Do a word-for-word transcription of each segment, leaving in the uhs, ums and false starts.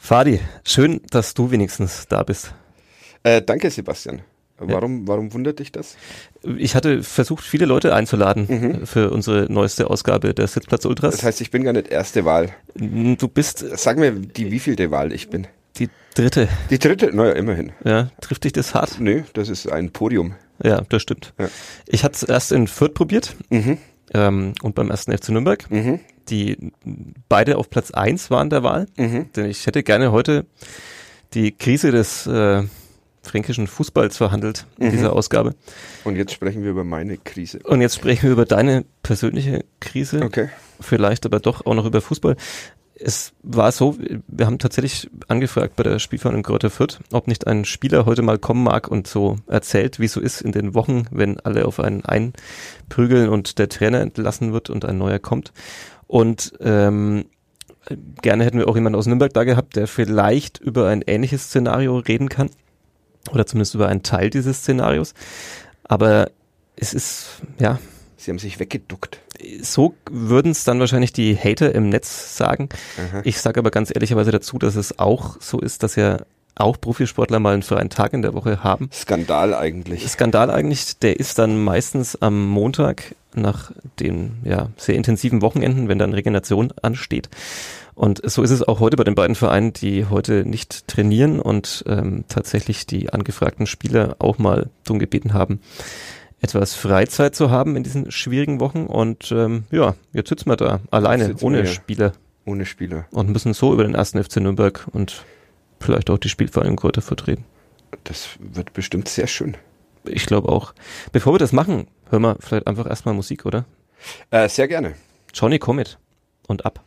Fadi, schön, dass du wenigstens da bist. Äh, danke, Sebastian. Warum, ja. warum wundert dich das? Ich hatte versucht, viele Leute einzuladen mhm. für unsere neueste Ausgabe der Sitzplatz Ultras. Das heißt, ich bin gar nicht erste Wahl. Du bist... Sag mir, die wievielte Wahl ich bin. Die dritte. Die dritte? Naja, immerhin. Ja, trifft dich das hart? Nö, das ist ein Podium. Ja, das stimmt. Ja. Ich hatte es erst in Fürth probiert mhm. ähm, und beim ersten F C Nürnberg, mhm. die beide auf Platz eins waren der Wahl. Mhm. Denn ich hätte gerne heute die Krise des... Äh, fränkischen Fußballs verhandelt in mhm. dieser Ausgabe. Und jetzt sprechen wir über meine Krise. Und jetzt sprechen wir über deine persönliche Krise. Okay. Vielleicht aber doch auch noch über Fußball. Es war so, wir haben tatsächlich angefragt bei der Spielvereinigung Greuther Fürth, ob nicht ein Spieler heute mal kommen mag und so erzählt, wie es so ist in den Wochen, wenn alle auf einen einprügeln und der Trainer entlassen wird und ein neuer kommt. Und ähm, gerne hätten wir auch jemanden aus Nürnberg da gehabt, der vielleicht über ein ähnliches Szenario reden kann. Oder zumindest über einen Teil dieses Szenarios. Aber es ist, ja. Sie haben sich weggeduckt. So würden es dann wahrscheinlich die Hater im Netz sagen. Aha. Ich sage aber ganz ehrlicherweise dazu, dass es auch so ist, dass ja auch Profisportler mal einen freien Tag in der Woche haben. Skandal eigentlich. Skandal eigentlich, der ist dann meistens am Montag nach den ja sehr intensiven Wochenenden, wenn dann Regeneration ansteht. Und so ist es auch heute bei den beiden Vereinen, die heute nicht trainieren und ähm, tatsächlich die angefragten Spieler auch mal darum gebeten haben, etwas Freizeit zu haben in diesen schwierigen Wochen. Und ähm, ja, jetzt sitzen wir da alleine, ohne wir, Spieler. Ohne Spieler. Und müssen so über den ersten F C Nürnberg und vielleicht auch die Spielvereinigung Greuther Fürth reden. Das wird bestimmt sehr schön. Ich glaube auch. Bevor wir das machen, hören wir vielleicht einfach erstmal Musik, oder? Äh, sehr gerne. Johnny Comet und ab.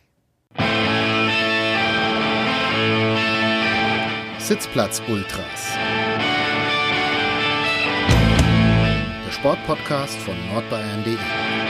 Sitzplatz Ultras. Der Sportpodcast von nordbayern punkt de.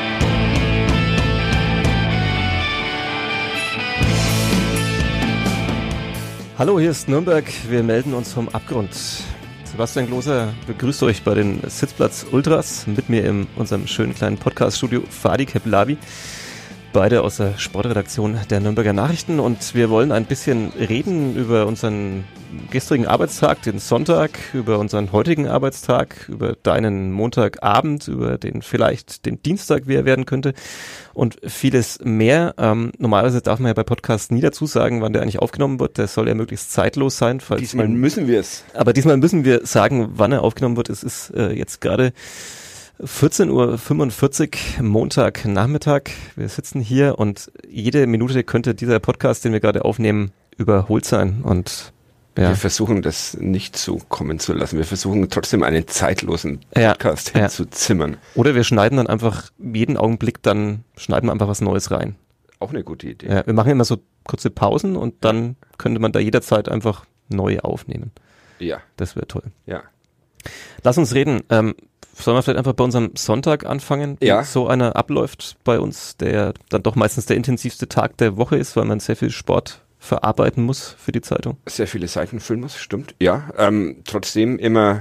Hallo, hier ist Nürnberg. Wir melden uns vom Abgrund. Sebastian Gloser begrüßt euch bei den Sitzplatz Ultras. Mit mir in unserem schönen kleinen Podcast-Studio Fadi Keplavi. Beide aus der Sportredaktion der Nürnberger Nachrichten, und wir wollen ein bisschen reden über unseren gestrigen Arbeitstag, den Sonntag, über unseren heutigen Arbeitstag, über deinen Montagabend, über den vielleicht den Dienstag, wie er werden könnte, und vieles mehr. Ähm, normalerweise darf man ja bei Podcasts nie dazu sagen, wann der eigentlich aufgenommen wird. Der soll ja möglichst zeitlos sein. Falls diesmal ihn, müssen wir es. Aber diesmal müssen wir sagen, wann er aufgenommen wird. Es ist äh, jetzt gerade vierzehn Uhr fünfundvierzig, Montagnachmittag. Wir sitzen hier und jede Minute könnte dieser Podcast, den wir gerade aufnehmen, überholt sein. Und ja. Wir versuchen das nicht so kommen zu lassen. Wir versuchen trotzdem einen zeitlosen Podcast ja, hinzuzimmern. Ja. Oder wir schneiden dann einfach jeden Augenblick, dann schneiden wir einfach was Neues rein. Auch eine gute Idee. Ja, wir machen immer so kurze Pausen und dann könnte man da jederzeit einfach neu aufnehmen. Ja. Das wäre toll. Ja. Lass uns reden. Ähm, Sollen wir vielleicht einfach bei unserem Sonntag anfangen, wie ja. so einer abläuft bei uns, der dann doch meistens der intensivste Tag der Woche ist, weil man sehr viel Sport verarbeiten muss für die Zeitung. Sehr viele Seiten füllen muss, stimmt. Ja, ähm, trotzdem immer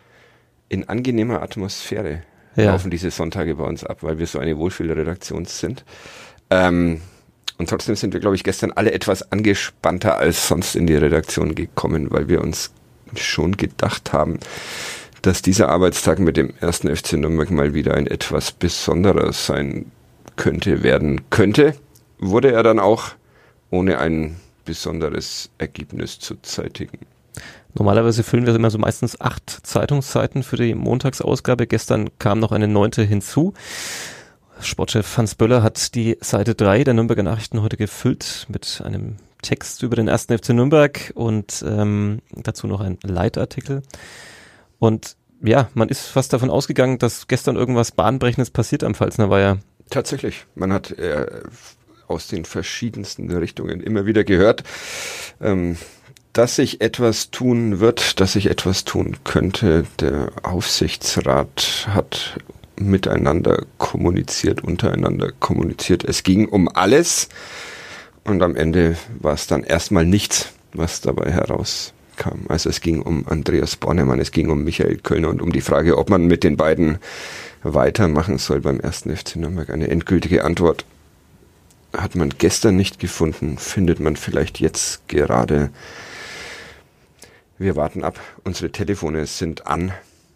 in angenehmer Atmosphäre ja. laufen diese Sonntage bei uns ab, weil wir so eine Wohlfühlredaktion sind. Ähm, und trotzdem sind wir, glaube ich, gestern alle etwas angespannter als sonst in die Redaktion gekommen, weil wir uns schon gedacht haben, dass dieser Arbeitstag mit dem ersten F C Nürnberg mal wieder ein etwas besonderer sein könnte, werden könnte, wurde er dann auch, ohne ein besonderes Ergebnis zu zeitigen. Normalerweise füllen wir immer so meistens acht Zeitungsseiten für die Montagsausgabe. Gestern kam noch eine neunte hinzu. Sportchef Hans Böller hat die Seite drei der Nürnberger Nachrichten heute gefüllt mit einem Text über den ersten F C Nürnberg und ähm, dazu noch ein Leitartikel. Und ja, man ist fast davon ausgegangen, dass gestern irgendwas Bahnbrechendes passiert am Pfalzner Weiher. Tatsächlich. Man hat äh, aus den verschiedensten Richtungen immer wieder gehört, ähm, dass sich etwas tun wird, dass sich etwas tun könnte. Der Aufsichtsrat hat miteinander kommuniziert, untereinander kommuniziert. Es ging um alles und am Ende war es dann erstmal nichts, was dabei herauskam. Also es ging um Andreas Bornemann, es ging um Michael Kölner und um die Frage, ob man mit den beiden weitermachen soll beim ersten F C Nürnberg. Eine endgültige Antwort hat man gestern nicht gefunden, findet man vielleicht jetzt gerade. Wir warten ab. Unsere Telefone sind an.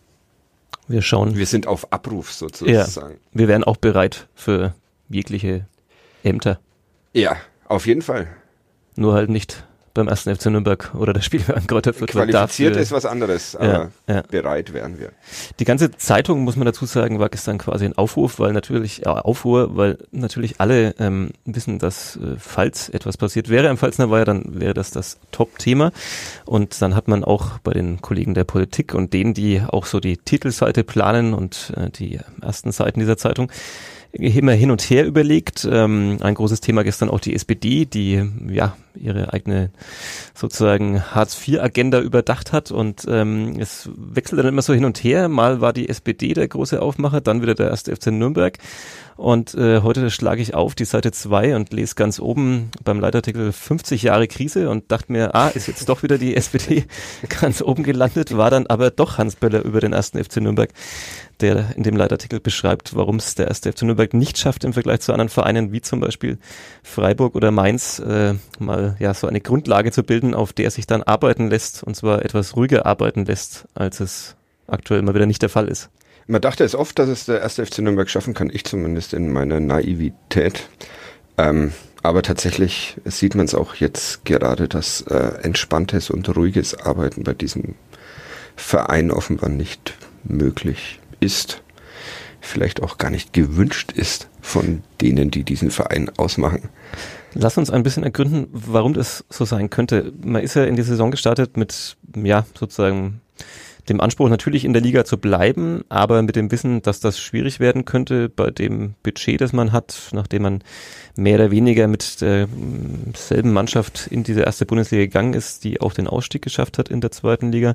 Wir schauen. Wir sind auf Abruf sozusagen. Ja, wir wären auch bereit für jegliche Ämter. Ja, auf jeden Fall. Nur halt nicht beim ersten F C Nürnberg oder das Spiel an Greuther Fürth. Qualifiziert ist was anderes, aber ja, ja. bereit wären wir. Die ganze Zeitung, muss man dazu sagen, war gestern quasi ein Aufruf, weil natürlich, äh, Aufruhr, weil natürlich alle ähm, wissen, dass äh, falls etwas passiert wäre im Pfalzner Weiher, dann wäre das das Top-Thema. Und dann hat man auch bei den Kollegen der Politik und denen, die auch so die Titelseite planen und äh, die ersten Seiten dieser Zeitung, immer hin und her überlegt. Ähm, ein großes Thema gestern auch die S P D, die ja ihre eigene sozusagen Hartz vier Agenda überdacht hat und ähm, es wechselt dann immer so hin und her. Mal war die S P D der große Aufmacher, dann wieder der erste F C Nürnberg. Und äh, heute schlage ich auf die Seite zwei und lese ganz oben beim Leitartikel fünfzig Jahre Krise und dachte mir, ah, ist jetzt doch wieder die S P D ganz oben gelandet, war dann aber doch Hans Böller über den ersten F C Nürnberg, der in dem Leitartikel beschreibt, warum es der erste F C Nürnberg nicht schafft, im Vergleich zu anderen Vereinen wie zum Beispiel Freiburg oder Mainz äh, mal ja so eine Grundlage zu bilden, auf der sich dann arbeiten lässt, und zwar etwas ruhiger arbeiten lässt, als es aktuell mal wieder nicht der Fall ist. Man dachte es oft, dass es der erste F C Nürnberg schaffen kann, ich zumindest in meiner Naivität. Ähm, aber tatsächlich sieht man es auch jetzt gerade, dass äh, entspanntes und ruhiges Arbeiten bei diesem Verein offenbar nicht möglich ist. Vielleicht auch gar nicht gewünscht ist von denen, die diesen Verein ausmachen. Lass uns ein bisschen ergründen, warum das so sein könnte. Man ist ja in die Saison gestartet mit, ja, sozusagen dem Anspruch natürlich in der Liga zu bleiben, aber mit dem Wissen, dass das schwierig werden könnte bei dem Budget, das man hat, nachdem man mehr oder weniger mit derselben Mannschaft in diese erste Bundesliga gegangen ist, die auch den Ausstieg geschafft hat in der zweiten Liga.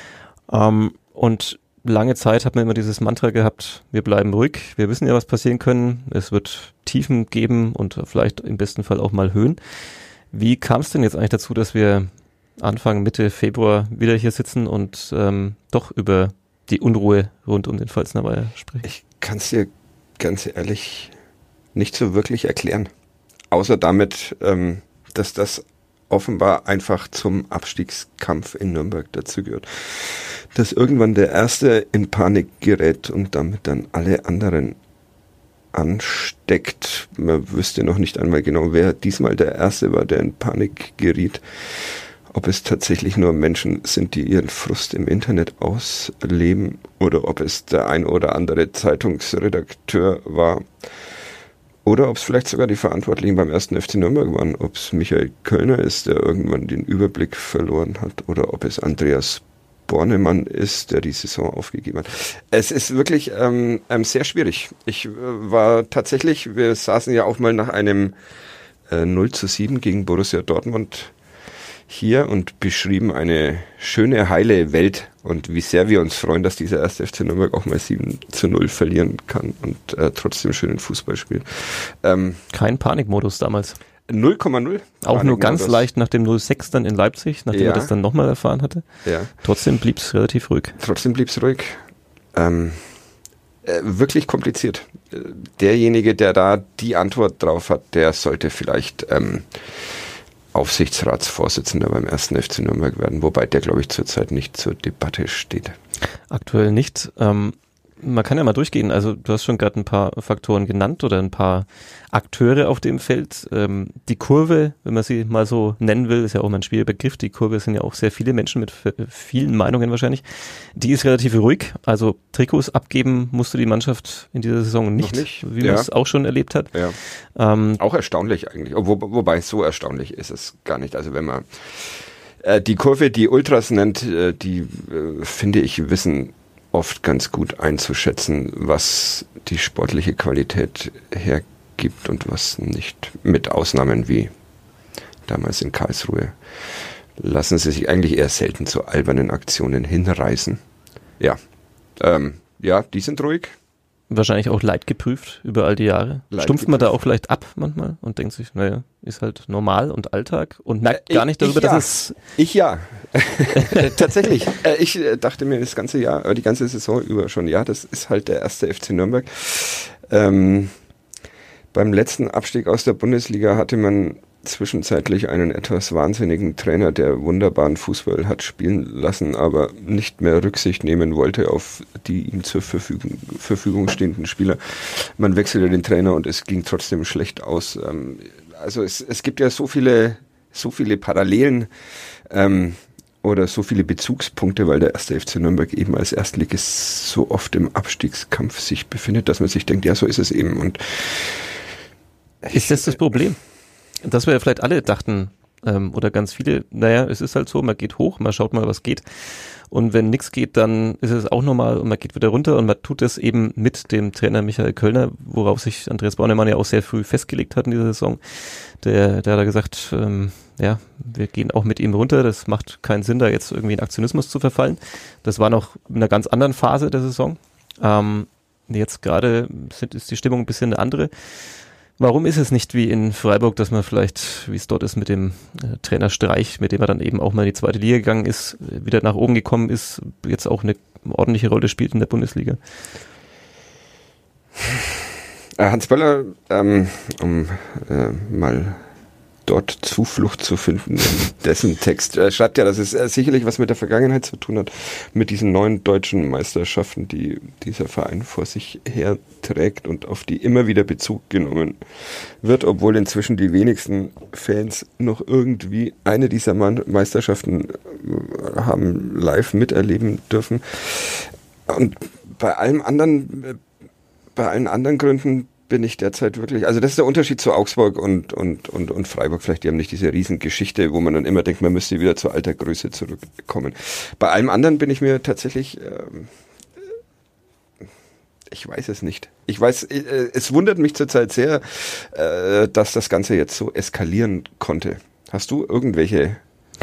Ähm, und lange Zeit hat man immer dieses Mantra gehabt, wir bleiben ruhig, wir wissen ja, was passieren können, es wird Tiefen geben und vielleicht im besten Fall auch mal Höhen. Wie kam es denn jetzt eigentlich dazu, dass wir Anfang, Mitte Februar wieder hier sitzen und ähm, doch über die Unruhe rund um den Pfalzner Weiher sprechen? Ich kann es dir ganz ehrlich nicht so wirklich erklären. Außer damit, ähm, dass das offenbar einfach zum Abstiegskampf in Nürnberg dazugehört. Dass irgendwann der Erste in Panik gerät und damit dann alle anderen ansteckt. Man wüsste noch nicht einmal genau, wer diesmal der Erste war, der in Panik geriet. Ob es tatsächlich nur Menschen sind, die ihren Frust im Internet ausleben oder ob es der ein oder andere Zeitungsredakteur war oder ob es vielleicht sogar die Verantwortlichen beim ersten F C Nürnberg waren, ob es Michael Kölner ist, der irgendwann den Überblick verloren hat oder ob es Andreas Bornemann ist, der die Saison aufgegeben hat. Es ist wirklich ähm, ähm, sehr schwierig. Ich äh, war tatsächlich, wir saßen ja auch mal nach einem äh, null zu sieben gegen Borussia Dortmund hier und beschrieben eine schöne, heile Welt und wie sehr wir uns freuen, dass dieser erste F C Nürnberg auch mal sieben zu null verlieren kann und äh, trotzdem schönen Fußball spielt. Ähm, Kein Panikmodus damals. null Komma null. Auch nur ganz leicht nach dem null sechs dann in Leipzig, nachdem ja. er das dann nochmal erfahren hatte. Ja. Trotzdem blieb es relativ ruhig. Trotzdem blieb es ruhig. Ähm, äh, wirklich kompliziert. Derjenige, der da die Antwort drauf hat, der sollte vielleicht ähm, Aufsichtsratsvorsitzender beim ersten F C Nürnberg werden, wobei der, glaube ich, zurzeit nicht zur Debatte steht. Aktuell nicht. Ähm, man kann ja mal durchgehen. Also du hast schon gerade ein paar Faktoren genannt oder ein paar Akteure auf dem Feld. Ähm, die Kurve, wenn man sie mal so nennen will, ist ja auch mal ein schwieriger Begriff. Die Kurve sind ja auch sehr viele Menschen mit vielen Meinungen wahrscheinlich. Die ist relativ ruhig. Also Trikots abgeben musste die Mannschaft in dieser Saison nicht, nicht. wie ja. man es auch schon erlebt hat. Ja. Ähm, auch erstaunlich eigentlich. Wo, wobei so erstaunlich ist es gar nicht. Also wenn man äh, die Kurve, die Ultras nennt, äh, die äh, finde ich wissen oft ganz gut einzuschätzen, was die sportliche Qualität hergibt und was nicht, mit Ausnahmen wie damals in Karlsruhe. Lassen sie sich eigentlich eher selten zu albernen Aktionen hinreißen. Ja, ähm, ja, die sind ruhig. Wahrscheinlich auch leidgeprüft über all die Jahre. Stumpft man da auch vielleicht ab manchmal und denkt sich, naja, ist halt normal und Alltag und merkt äh, gar nicht darüber, ich, ja. dass es... Ich ja. Tatsächlich. Äh, ich dachte mir das ganze Jahr, äh, die ganze Saison über schon, ja, das ist halt der erste F C Nürnberg. Ähm, beim letzten Abstieg aus der Bundesliga hatte man zwischenzeitlich einen etwas wahnsinnigen Trainer, der wunderbaren Fußball hat spielen lassen, aber nicht mehr Rücksicht nehmen wollte auf die ihm zur Verfügung, Verfügung stehenden Spieler. Man wechselte den Trainer und es ging trotzdem schlecht aus. Also es, es gibt ja so viele, so viele Parallelen ähm, oder so viele Bezugspunkte, weil der erste F C Nürnberg eben als Erstligist so oft im Abstiegskampf sich befindet, dass man sich denkt, ja, so ist es eben. Und ist das das Problem? Dass wir ja vielleicht alle dachten, ähm, oder ganz viele, naja, es ist halt so, man geht hoch, man schaut mal, was geht. Und wenn nichts geht, dann ist es auch normal und man geht wieder runter und man tut es eben mit dem Trainer Michael Kölner, worauf sich Andreas Bornemann ja auch sehr früh festgelegt hat in dieser Saison. Der, der hat da gesagt, ähm, ja, wir gehen auch mit ihm runter, das macht keinen Sinn, da jetzt irgendwie in Aktionismus zu verfallen. Das war noch in einer ganz anderen Phase der Saison. Ähm, jetzt gerade sind, ist die Stimmung ein bisschen eine andere. Warum ist es nicht wie in Freiburg, dass man vielleicht, wie es dort ist mit dem äh, Trainer Streich, mit dem er dann eben auch mal in die zweite Liga gegangen ist, wieder nach oben gekommen ist, jetzt auch eine ordentliche Rolle spielt in der Bundesliga? Hans Böller, ähm, um äh, mal dort Zuflucht zu finden in dessen Text, er schreibt ja, dass es äh, sicherlich was mit der Vergangenheit zu tun hat, mit diesen neuen deutschen Meisterschaften, die dieser Verein vor sich herträgt und auf die immer wieder Bezug genommen wird, obwohl inzwischen die wenigsten Fans noch irgendwie eine dieser Meisterschaften haben live miterleben dürfen. Und bei allem anderen, bei allen anderen Gründen bin ich derzeit wirklich, also das ist der Unterschied zu Augsburg und, und, und, und Freiburg vielleicht, die haben nicht diese Riesengeschichte, wo man dann immer denkt, man müsste wieder zur alter Größe zurückkommen. Bei allem anderen bin ich mir tatsächlich, ähm, ich weiß es nicht. Ich weiß, äh, es wundert mich zurzeit sehr, äh, dass das Ganze jetzt so eskalieren konnte. Hast du irgendwelche...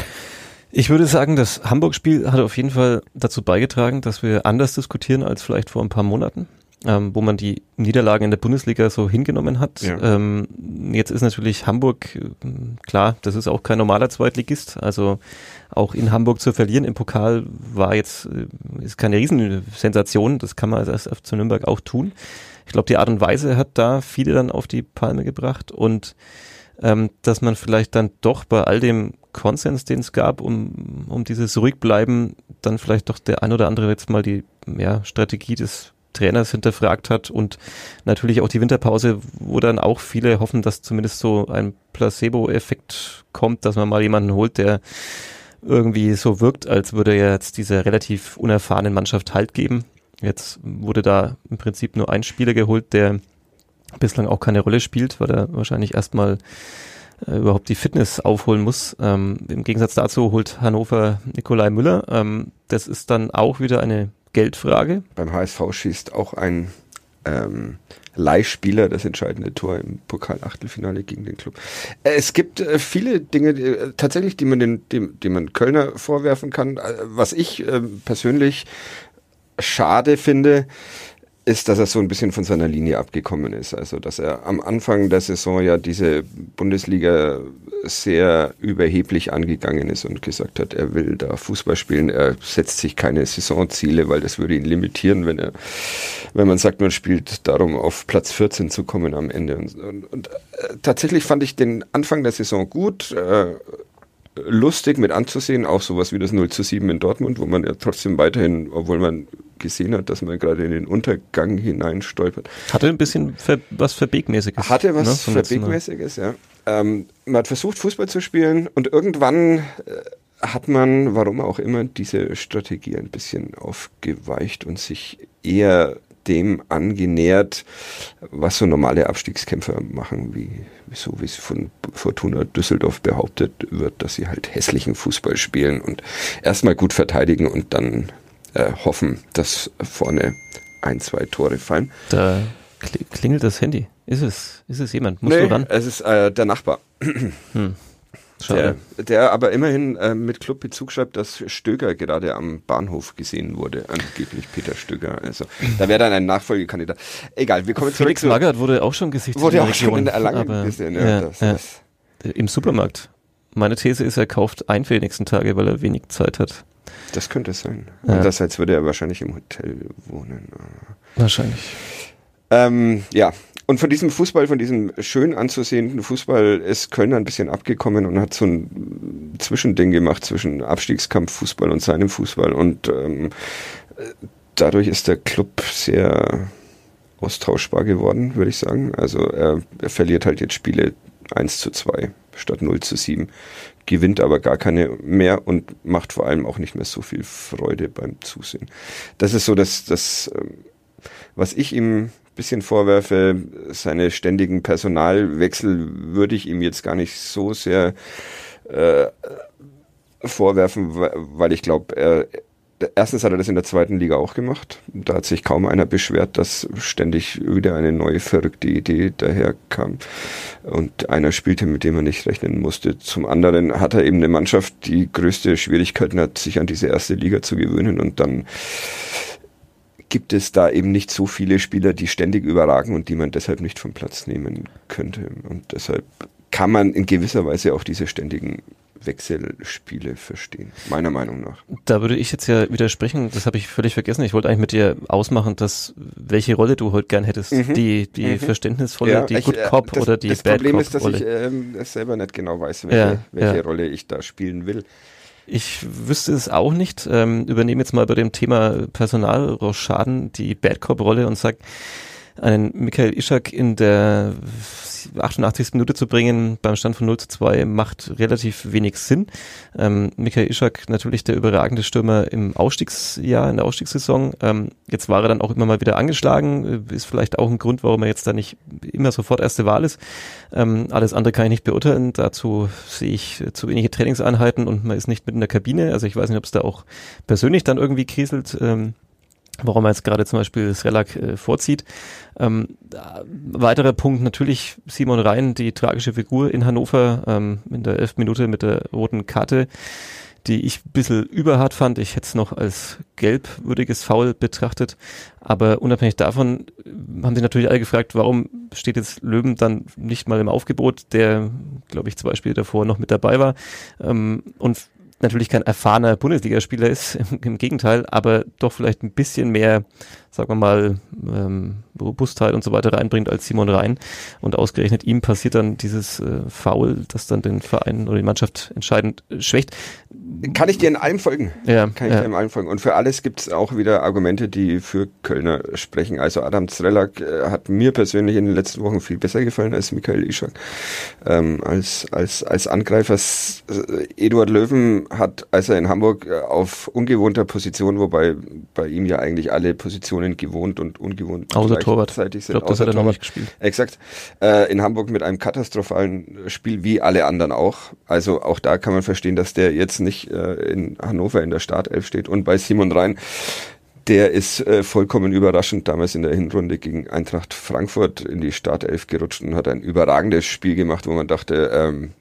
Ich würde sagen, das Hamburg-Spiel hat auf jeden Fall dazu beigetragen, dass wir anders diskutieren als vielleicht vor ein paar Monaten. Ähm, wo man die Niederlagen in der Bundesliga so hingenommen hat. Ja. Ähm, jetzt ist natürlich Hamburg, äh, klar, das ist auch kein normaler Zweitligist, also auch in Hamburg zu verlieren im Pokal war jetzt, äh, ist keine Riesensensation, das kann man als erst F C Nürnberg auch tun. Ich glaube, die Art und Weise hat da viele dann auf die Palme gebracht und ähm, dass man vielleicht dann doch bei all dem Konsens, den es gab, um, um dieses Ruhigbleiben, dann vielleicht doch der ein oder andere jetzt mal die ja, Strategie des Trainers hinterfragt hat und natürlich auch die Winterpause, wo dann auch viele hoffen, dass zumindest so ein Placebo-Effekt kommt, dass man mal jemanden holt, der irgendwie so wirkt, als würde er jetzt dieser relativ unerfahrenen Mannschaft Halt geben. Jetzt wurde da im Prinzip nur ein Spieler geholt, der bislang auch keine Rolle spielt, weil er wahrscheinlich erstmal äh, überhaupt die Fitness aufholen muss. Ähm, im Gegensatz dazu holt Hannover Nikolai Müller. Ähm, das ist dann auch wieder eine Geldfrage. Beim H S V schießt auch ein ähm, Leihspieler das entscheidende Tor im Pokal-Achtelfinale gegen den Club. Äh, es gibt äh, viele Dinge, die, äh, tatsächlich, die man den, dem, die man Kölner vorwerfen kann. Äh, was ich äh, persönlich schade finde, ist, dass er so ein bisschen von seiner Linie abgekommen ist. Also, dass er am Anfang der Saison ja diese Bundesliga sehr überheblich angegangen ist und gesagt hat, er will da Fußball spielen, er setzt sich keine Saisonziele, weil das würde ihn limitieren, wenn er, wenn man sagt, man spielt darum, auf Platz vierzehn zu kommen am Ende. Und, und, und äh, tatsächlich fand ich den Anfang der Saison gut, äh, lustig mit anzusehen, auch sowas wie das null zu sieben in Dortmund, wo man ja trotzdem weiterhin, obwohl man gesehen hat, dass man gerade in den Untergang hineinstolpert. Hatte ein bisschen ver- was Verbeekmäßiges. Hatte was ne, Verbeekmäßiges, ja. Ähm, man hat versucht, Fußball zu spielen und irgendwann äh, hat man, warum auch immer, diese Strategie ein bisschen aufgeweicht und sich eher dem angenähert, was so normale Abstiegskämpfer machen, wie so wie es von Fortuna Düsseldorf behauptet wird, dass sie halt hässlichen Fußball spielen und erstmal gut verteidigen und dann äh, hoffen, dass vorne ein, zwei Tore fallen. Da klingelt das Handy. Ist es, ist es jemand? Musst nee, du ran? Es ist äh, der Nachbar. Hm. Der, der aber immerhin äh, mit Clubbezug schreibt, dass Stöger gerade am Bahnhof gesehen wurde. Angeblich Peter Stöger. Also da wäre dann ein Nachfolgekandidat. Egal, wir kommen Felix zurück. Felix Magath wurde auch schon gesichtet. Wurde in auch schon in der Erlangen gesehen. Ja, ja, das ja. Ist im Supermarkt. Meine These ist, er kauft ein für die nächsten Tage, weil er wenig Zeit hat. Das könnte sein. Ja. Andererseits würde er wahrscheinlich im Hotel wohnen. Wahrscheinlich. Ähm, ja, Und von diesem Fußball, von diesem schön anzusehenden Fußball ist Köln ein bisschen abgekommen und hat so ein Zwischending gemacht zwischen Abstiegskampffußball und seinem Fußball. Und ähm, dadurch ist der Club sehr austauschbar geworden, würde ich sagen. Also er, er verliert halt jetzt Spiele eins zu zwei statt null zu sieben, gewinnt aber gar keine mehr und macht vor allem auch nicht mehr so viel Freude beim Zusehen. Das ist so das, das was ich ihm bisschen vorwerfe, seine ständigen Personalwechsel würde ich ihm jetzt gar nicht so sehr äh, vorwerfen, weil ich glaube, er erstens hat er das in der zweiten Liga auch gemacht. Da hat sich kaum einer beschwert, dass ständig wieder eine neue verrückte Idee daherkam und einer spielte, mit dem er nicht rechnen musste. Zum anderen hat er eben eine Mannschaft, die größte Schwierigkeiten hat, sich an diese erste Liga zu gewöhnen und dann gibt es da eben nicht so viele Spieler, die ständig überragen und die man deshalb nicht vom Platz nehmen könnte. Und deshalb kann man in gewisser Weise auch diese ständigen Wechselspiele verstehen, meiner Meinung nach. Da würde ich jetzt ja widersprechen, das habe ich völlig vergessen. Ich wollte eigentlich mit dir ausmachen, dass welche Rolle du heute gern hättest. Mhm. Die die mhm. verständnisvolle, ja, die ich, Good Cop das, oder die das Bad Problem Cop ist, dass Rolle. ich ähm, selber nicht genau weiß, welche, ja, welche ja. Rolle ich da spielen will. Ich wüsste es auch nicht. Ähm, übernehme jetzt mal bei dem Thema Personalrochaden die Bad Cop-Rolle und sag, einen Michael Ishak in der achtundachtzigsten Minute zu bringen beim Stand von null zu zwei macht relativ wenig Sinn. Ähm, Michael Ishak natürlich der überragende Stürmer im Ausstiegsjahr, in der Ausstiegssaison. Ähm, jetzt war er dann auch immer mal wieder angeschlagen, ist vielleicht auch ein Grund, warum er jetzt da nicht immer sofort erste Wahl ist. Ähm, alles andere kann ich nicht beurteilen. Dazu sehe ich zu wenige Trainingseinheiten und man ist nicht mit in der Kabine. Also ich weiß nicht, ob es da auch persönlich dann irgendwie kriselt. Ähm, warum er jetzt gerade zum Beispiel Srelak äh, vorzieht. Ähm, äh, weiterer Punkt natürlich Simon Rhein, die tragische Figur in Hannover, ähm, in der elften Minute mit der roten Karte, die ich ein bisschen überhart fand. Ich hätte es noch als gelbwürdiges Foul betrachtet. Aber unabhängig davon haben sich natürlich alle gefragt, warum steht jetzt Löwen dann nicht mal im Aufgebot, der, glaube ich, zwei Spiele davor noch mit dabei war. Ähm, und natürlich kein erfahrener Bundesligaspieler ist, im, im Gegenteil, aber doch vielleicht ein bisschen mehr, sagen wir mal, ähm, Robustheit und so weiter reinbringt als Simon Rhein. Und ausgerechnet ihm passiert dann dieses äh, Foul, das dann den Verein oder die Mannschaft entscheidend äh, schwächt. Kann ich dir in allem folgen? Ja, Kann ich ja. dir in allem folgen. Und für alles gibt es auch wieder Argumente, die für Kölner sprechen. Also Adam Srelak äh, hat mir persönlich in den letzten Wochen viel besser gefallen als Michael Ishak. Ähm, als, als, als Angreifer. Äh, Eduard Löwen hat, als er in Hamburg äh, auf ungewohnter Position, wobei bei ihm ja eigentlich alle Positionen gewohnt und ungewohnt außer Torwart. sind. Ich glaube, das hat er noch nicht gespielt. Exakt. Äh, in Hamburg mit einem katastrophalen Spiel, wie alle anderen auch. Also auch da kann man verstehen, dass der jetzt nicht äh, in Hannover in der Startelf steht. Und bei Simon Rhein, der ist äh, vollkommen überraschend damals in der Hinrunde gegen Eintracht Frankfurt in die Startelf gerutscht und hat ein überragendes Spiel gemacht, wo man dachte, ähm,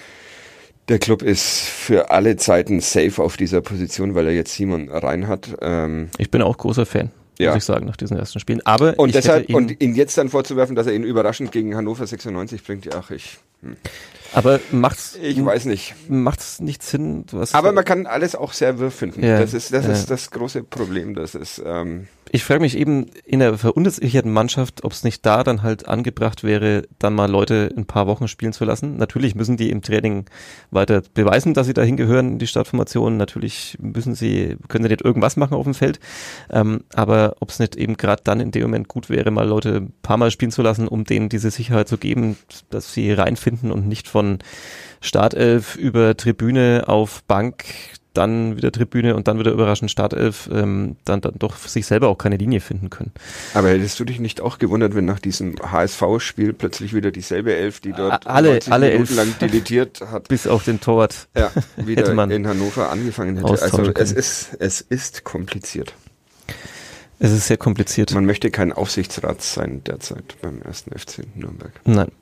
der Club ist für alle Zeiten safe auf dieser Position, weil er jetzt Simon Rhein hat. Ähm, ich bin auch großer Fan. Ja. Muss ich sagen, nach diesen ersten Spielen. Aber und ich deshalb, ihn, und ihn jetzt dann vorzuwerfen, dass er ihn überraschend gegen Hannover sechsundneunzig bringt, ja, ach, ich, hm. aber macht's, ich weiß nicht. Macht's nicht Sinn? Was aber man kann alles auch sehr wirr finden. Ja, das ist, das ja. ist das große Problem, das ist, ähm, ich frage mich eben in der verunsicherten Mannschaft, ob es nicht da dann halt angebracht wäre, dann mal Leute ein paar Wochen spielen zu lassen. Natürlich müssen die im Training weiter beweisen, dass sie dahin gehören in die Startformation. Natürlich müssen sie, können sie nicht irgendwas machen auf dem Feld. Ähm, aber ob es nicht eben gerade dann in dem Moment gut wäre, mal Leute ein paar Mal spielen zu lassen, um denen diese Sicherheit zu geben, dass sie reinfinden und nicht von Startelf über Tribüne auf Bank, dann wieder Tribüne und dann wieder überraschend Startelf, ähm, dann, dann doch sich selber auch keine Linie finden können. Aber hättest du dich nicht auch gewundert, wenn nach diesem H S V-Spiel plötzlich wieder dieselbe Elf, die dort alle, alle Minuten elf lang deletiert hat, bis auf den Torwart, ja, wieder hätte man in Hannover angefangen hätte. Also es ist, es ist kompliziert. Es ist sehr kompliziert. Man möchte kein Aufsichtsrat sein derzeit beim ersten F C Nürnberg. Nein.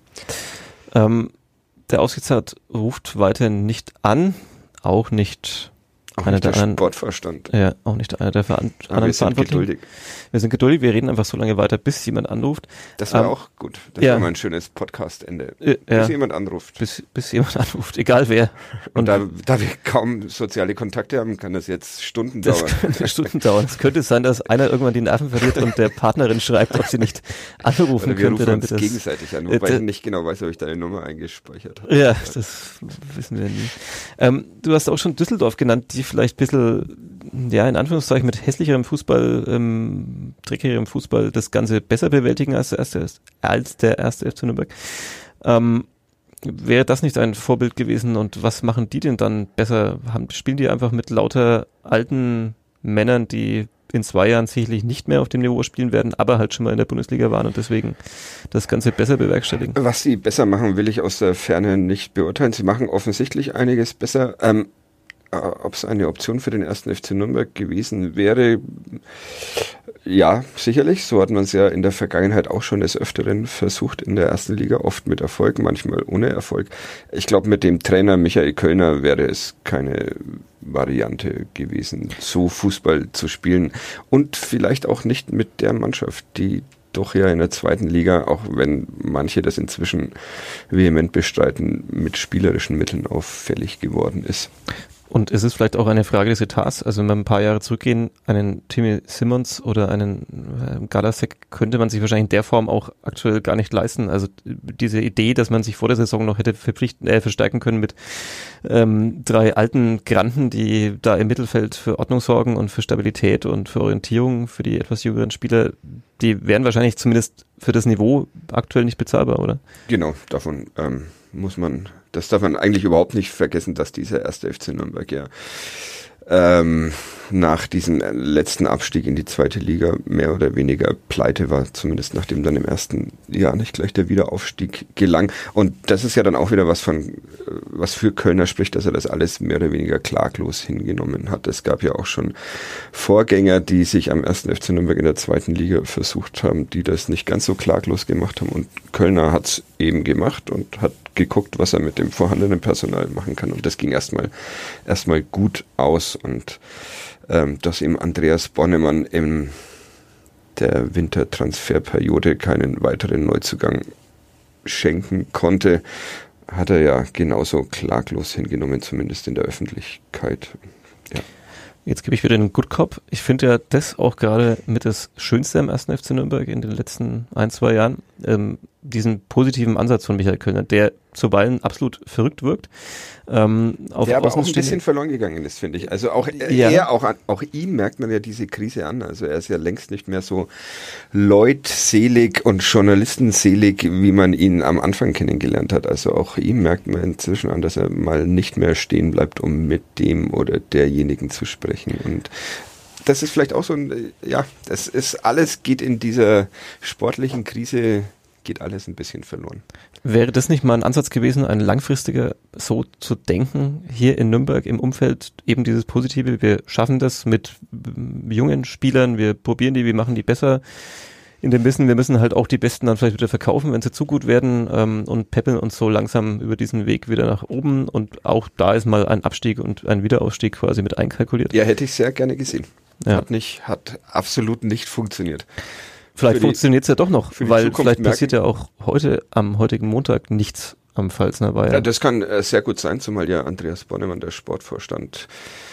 Ähm, der Aufsichtsrat ruft weiterhin nicht an, auch nicht auch einer nicht der, der anderen, Sportvorstand. Ja, auch nicht einer der Veran Aber anderen wir sind Verantwortlichen. geduldig. Wir sind geduldig, wir reden einfach so lange weiter, bis jemand anruft. Das war ähm, auch gut. Das ja. war mal ein schönes Podcast-Ende. Äh, bis ja. jemand anruft. Bis, bis jemand anruft, egal wer. Und, und da, da wir kaum soziale Kontakte haben, kann das jetzt Stunden das dauern. könnte Stunden dauern. Es könnte sein, dass einer irgendwann die Nerven verliert und der Partnerin schreibt, ob sie nicht anrufen Oder wir könnte. rufen uns damit das, gegenseitig an, wobei äh, ich nicht genau weiß, ob ich deine Nummer eingespeichert habe. Ja, das wissen wir nie. Ähm, du hast auch schon Düsseldorf genannt, die vielleicht ein bisschen, ja, in Anführungszeichen mit hässlicherem Fußball, ähm, dreckigerem Fußball das Ganze besser bewältigen als der erste, als der erste F C Nürnberg. Ähm, wäre das nicht ein Vorbild gewesen und was machen die denn dann besser? Haben, spielen die einfach mit lauter alten Männern, die in zwei Jahren sicherlich nicht mehr auf dem Niveau spielen werden, aber halt schon mal in der Bundesliga waren und deswegen das Ganze besser bewerkstelligen? Was sie besser machen, will ich aus der Ferne nicht beurteilen. Sie machen offensichtlich einiges besser. Ähm, äh, ob es eine Option für den ersten F C Nürnberg gewesen wäre, ja, sicherlich. So hat man es ja in der Vergangenheit auch schon des Öfteren versucht in der ersten Liga, oft mit Erfolg, manchmal ohne Erfolg. Ich glaube, mit dem Trainer Michael Kölner wäre es keine Variante gewesen, so Fußball zu spielen und vielleicht auch nicht mit der Mannschaft, die doch ja in der zweiten Liga, auch wenn manche das inzwischen vehement bestreiten, mit spielerischen Mitteln auffällig geworden ist. Und es ist vielleicht auch eine Frage des Etats, also wenn wir ein paar Jahre zurückgehen, einen Timmy Simmons oder einen äh, Galasek könnte man sich wahrscheinlich in der Form auch aktuell gar nicht leisten. Also diese Idee, dass man sich vor der Saison noch hätte verpflichten, äh, verstärken können mit ähm, drei alten Granden, die da im Mittelfeld für Ordnung sorgen und für Stabilität und für Orientierung für die etwas jüngeren Spieler, die wären wahrscheinlich zumindest für das Niveau aktuell nicht bezahlbar, oder? Genau, davon ähm, muss man, das darf man eigentlich überhaupt nicht vergessen, dass dieser erste F C Nürnberg ja ähm, nach diesem letzten Abstieg in die zweite Liga mehr oder weniger pleite war, zumindest nachdem dann im ersten Jahr nicht gleich der Wiederaufstieg gelang. Und das ist ja dann auch wieder was von, was für Kölner spricht, dass er das alles mehr oder weniger klaglos hingenommen hat. Es gab ja auch schon Vorgänger, die sich am ersten F C Nürnberg in der zweiten Liga versucht haben, die das nicht ganz so klaglos gemacht haben. Und Kölner hat es eben gemacht und hat geguckt, was er mit dem vorhandenen Personal machen kann. Und das ging erstmal erstmal gut aus. Und ähm, dass ihm Andreas Bornemann in der Wintertransferperiode keinen weiteren Neuzugang schenken konnte, hat er ja genauso klaglos hingenommen, zumindest in der Öffentlichkeit. Ja. Jetzt gebe ich wieder den Good Cop. Ich finde ja das auch gerade mit das Schönste am ersten F C Nürnberg in den letzten ein, zwei Jahren, ähm, diesen positiven Ansatz von Michael Kölner, der zuweilen absolut verrückt wirkt. Ähm, auf der aber auch ein Außenstehende- bisschen verloren gegangen ist, finde ich. Also auch äh, Ja. er, auch, an, auch ihm merkt man ja diese Krise an. Also er ist ja längst nicht mehr so leutselig und journalistenselig, wie man ihn am Anfang kennengelernt hat. Also auch ihm merkt man inzwischen an, dass er mal nicht mehr stehen bleibt, um mit dem oder derjenigen zu sprechen. Und das ist vielleicht auch so ein, ja, das ist alles geht in dieser sportlichen Krise, geht alles ein bisschen verloren. Wäre das nicht mal ein Ansatz gewesen, ein langfristiger so zu denken, hier in Nürnberg im Umfeld eben dieses Positive, wir schaffen das mit mm, jungen Spielern, wir probieren die, wir machen die besser, in dem Wissen, wir müssen halt auch die Besten dann vielleicht wieder verkaufen, wenn sie zu gut werden ähm, und peppeln uns so langsam über diesen Weg wieder nach oben und auch da ist mal ein Abstieg und ein Wiederaufstieg quasi mit einkalkuliert. Ja, hätte ich sehr gerne gesehen. Ja. Hat nicht, hat absolut nicht funktioniert. Vielleicht funktioniert es ja doch noch, für die weil Zukunft vielleicht merken- passiert ja auch heute, am heutigen Montag, nichts am Pfalzner Weiher. Ja, das kann äh, sehr gut sein, zumal ja Andreas Bornemann, der Sportvorstand,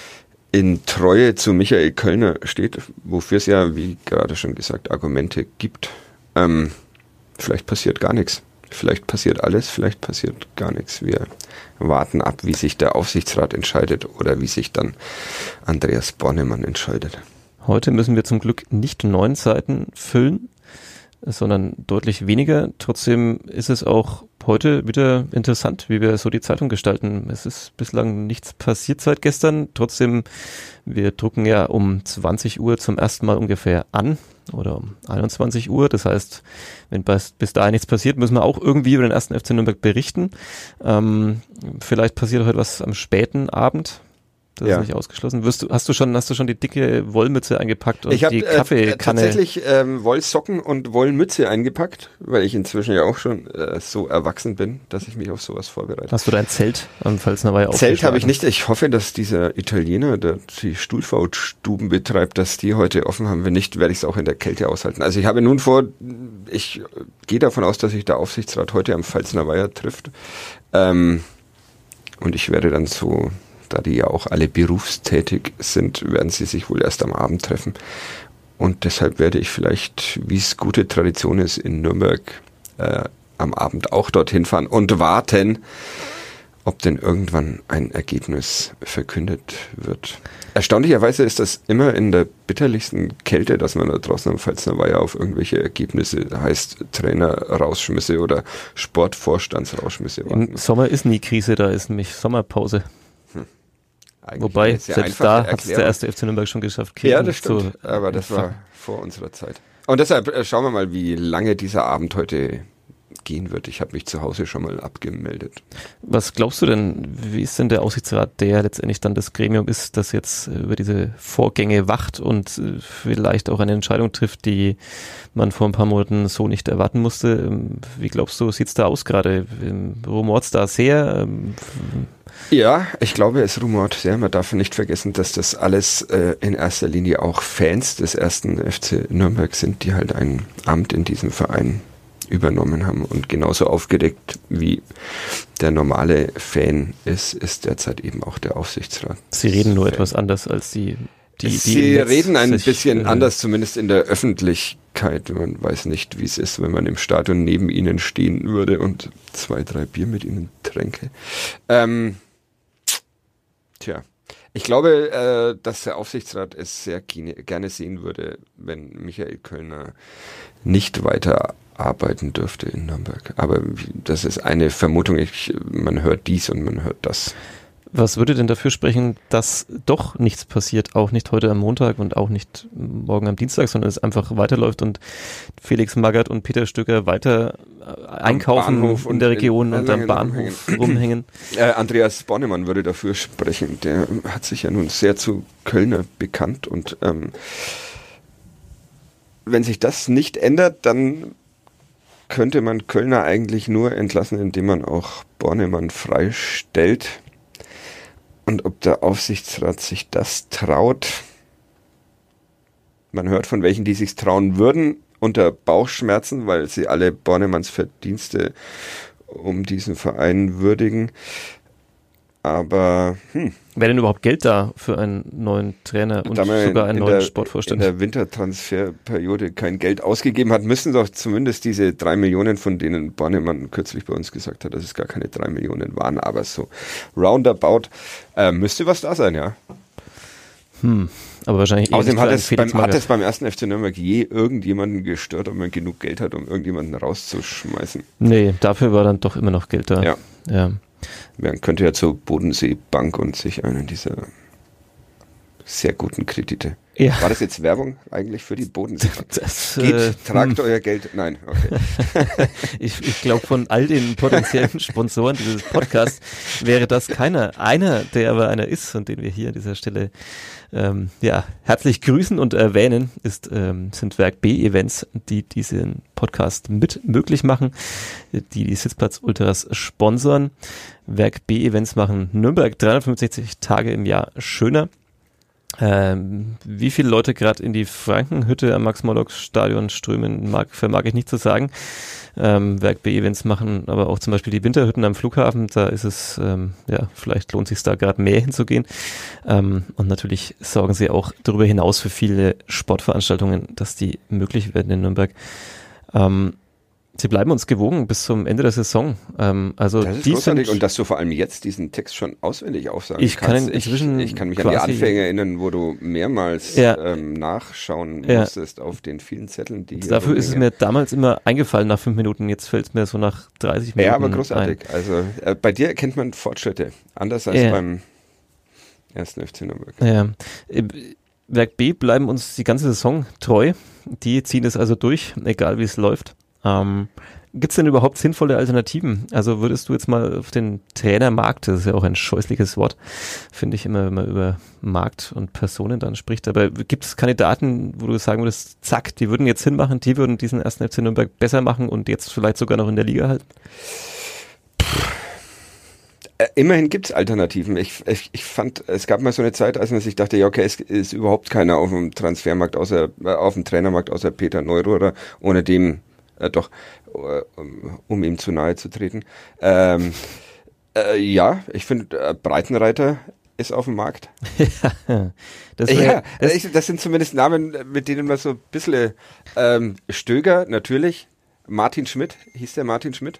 in Treue zu Michael Kölner steht, wofür es ja, wie gerade schon gesagt, Argumente gibt. Ähm, vielleicht passiert gar nichts. Vielleicht passiert alles, vielleicht passiert gar nichts. Wir warten ab, wie sich der Aufsichtsrat entscheidet oder wie sich dann Andreas Bornemann entscheidet. Heute müssen wir zum Glück nicht neun Seiten füllen, sondern deutlich weniger. Trotzdem ist es auch heute wieder interessant, wie wir so die Zeitung gestalten. Es ist bislang nichts passiert seit gestern. Trotzdem, wir drucken ja um zwanzig Uhr zum ersten Mal ungefähr an oder um einundzwanzig Uhr. Das heißt, wenn bis, bis dahin nichts passiert, müssen wir auch irgendwie über den ersten F C Nürnberg berichten. Ähm, vielleicht passiert heute was am späten Abend. Das Ja. ist nicht ausgeschlossen. Wirst du, hast du schon, hast du schon die dicke Wollmütze eingepackt und Ich habe die äh, Kaffeekanne? tatsächlich ähm, Wollsocken und Wollmütze eingepackt, weil ich inzwischen ja auch schon äh, so erwachsen bin, dass ich mich auf sowas vorbereite. Hast du dein Zelt am Pfalzner Weiher Zelt habe ich aufgeschlagen? nicht. Ich hoffe, dass dieser Italiener, der die Stuhlfautstuben betreibt, dass die heute offen haben. Wenn nicht, werde ich es auch in der Kälte aushalten. Also ich habe nun vor, ich gehe davon aus, dass sich der Aufsichtsrat heute am Pfalzner Weiher trifft. Ähm, und ich werde dann so, da die ja auch alle berufstätig sind, werden sie sich wohl erst am Abend treffen. Und deshalb werde ich vielleicht, wie es gute Tradition ist, in Nürnberg äh, am Abend auch dorthin fahren und warten, ob denn irgendwann ein Ergebnis verkündet wird. Erstaunlicherweise ist das immer in der bitterlichsten Kälte, dass man da draußen am Pfalzner Weiher auf irgendwelche Ergebnisse, heißt Trainer-Rausschmisse oder Sportvorstandsrausschmisse warten. Im Sommer ist nie Krise, da ist nämlich Sommerpause. Eigentlich Wobei, eine sehr selbst da einfache hat es der Erklärung. erste F C Nürnberg schon geschafft. Ja, Kirchen das stimmt, zu aber das war empfangen. vor unserer Zeit. Und deshalb äh, schauen wir mal, wie lange dieser Abend heute gehen wird. Ich habe mich zu Hause schon mal abgemeldet. Was glaubst du denn, wie ist denn der Aufsichtsrat, der letztendlich dann das Gremium ist, das jetzt äh, über diese Vorgänge wacht und äh, vielleicht auch eine Entscheidung trifft, die man vor ein paar Monaten so nicht erwarten musste? Ähm, Wie glaubst du, sieht's da aus gerade? Ähm, Rumort's da sehr? Ähm, Ja, ich glaube, es rumort sehr. Man darf nicht vergessen, dass das alles äh, in erster Linie auch Fans des ersten F C Nürnberg sind, die halt ein Amt in diesem Verein übernommen haben. Und genauso aufgeregt wie der normale Fan ist, ist derzeit eben auch der Aufsichtsrat. Sie reden nur Fan. etwas anders als die, die, die Sie im Netz reden ein sich, bisschen äh, anders, zumindest in der Öffentlichkeit. Man weiß nicht, wie es ist, wenn man im Stadion neben ihnen stehen würde und zwei, drei Bier mit ihnen tränke. Ähm, tja, ich glaube, äh, dass der Aufsichtsrat es sehr gerne, gerne sehen würde, wenn Michael Kölner nicht weiter arbeiten dürfte in Nürnberg. Aber das ist eine Vermutung. Ich, man hört dies und man hört das. Was würde denn dafür sprechen, dass doch nichts passiert, auch nicht heute am Montag und auch nicht morgen am Dienstag, sondern es einfach weiterläuft und Felix Magath und Peter Stöger weiter äh, einkaufen Bahnhof in der Region in und am Erlangen Bahnhof rumhängen? Äh, Andreas Bornemann würde dafür sprechen. Der hat sich ja nun sehr zu Kölner bekannt und ähm, wenn sich das nicht ändert, dann könnte man Kölner eigentlich nur entlassen, indem man auch Bornemann freistellt. Und ob der Aufsichtsrat sich das traut, man hört von welchen, die sich trauen würden, unter Bauchschmerzen, weil sie alle Bornemanns Verdienste um diesen Verein würdigen. Aber hm, Wäre denn überhaupt Geld da für einen neuen Trainer und da man sogar einen in neuen der, Sportvorstand? in der Wintertransferperiode kein Geld ausgegeben hat, müssen doch zumindest diese drei Millionen, von denen Bornemann kürzlich bei uns gesagt hat, dass es gar keine drei Millionen waren, aber so roundabout äh, müsste was da sein, ja. Hm, aber wahrscheinlich eh Außerdem nicht hat für einen es, Felix beim, hat Magath. es beim ersten F C Nürnberg je irgendjemanden gestört, ob man genug Geld hat, um irgendjemanden rauszuschmeißen. Nee, dafür war dann doch immer noch Geld da. Ja. Ja. Man könnte ja zur Bodenseebank und sich einen dieser sehr guten Kredite. Ja. War das jetzt Werbung eigentlich für die Bodenseebank? Das, Geht, äh, tragt hm. euer Geld. Nein, okay. Ich, ich glaube, von all den potenziellen Sponsoren dieses Podcasts wäre das keiner. Einer, der aber einer ist und den wir hier an dieser Stelle ähm, ja, herzlich grüßen und erwähnen, ist, ähm, sind Werk B Events, die diesen Podcast mit möglich machen, die die Sitzplatz Ultras sponsoren. Werk B Events machen Nürnberg dreihundertfünfundsechzig Tage im Jahr schöner. Ähm, wie viele Leute gerade in die Frankenhütte am Max-Morlock-Stadion strömen, mag, vermag ich nicht zu sagen. Ähm, Werk B-Events machen aber auch zum Beispiel die Winterhütten am Flughafen. Da ist es, ähm, ja, vielleicht lohnt sich da gerade mehr hinzugehen. Ähm, und natürlich sorgen sie auch darüber hinaus für viele Sportveranstaltungen, dass die möglich werden in Nürnberg. Ähm, Sie bleiben uns gewogen bis zum Ende der Saison. Ähm, also Das ist die großartig sind, und dass du vor allem jetzt diesen Text schon auswendig aufsagen Ich kann kannst. ihn inzwischen ich, ich kann mich an die quasi- Anfänge erinnern, wo du mehrmals Ja. ähm, nachschauen Ja. musstest auf den vielen Zetteln, die hier Dafür ist es rumhängen. mir damals immer eingefallen nach fünf Minuten. Jetzt fällt es mir so nach dreißig Minuten Ja, aber ein. großartig. Also äh, bei dir erkennt man Fortschritte. Anders als Ja. beim ersten F C Nürnberg. Ja. Äh, Werk B bleiben uns die ganze Saison treu. Die ziehen es also durch, egal wie es läuft. Ähm, Gibt es denn überhaupt sinnvolle Alternativen? Also würdest du jetzt mal auf den Trainermarkt, das ist ja auch ein scheußliches Wort, finde ich immer, wenn man über Markt und Personen dann spricht, aber gibt es Kandidaten, wo du sagen würdest, zack, die würden jetzt hinmachen, die würden diesen ersten F C Nürnberg besser machen und jetzt vielleicht sogar noch in der Liga halten? Immerhin gibt's Alternativen. Ich, ich, ich fand, es gab mal so eine Zeit, als man sich dachte, ja okay, es ist überhaupt keiner auf dem Transfermarkt außer, äh, auf dem Trainermarkt außer Peter Neururer, ohne dem, äh, doch, äh, um ihm zu nahe zu treten. Ähm, äh, ja, ich finde, äh, Breitenreiter ist auf dem Markt. ja, das, wär, ja das, ich, das sind zumindest Namen, mit denen man so ein bisschen, ähm, Stöger, natürlich, Martin Schmidt, hieß der Martin Schmidt?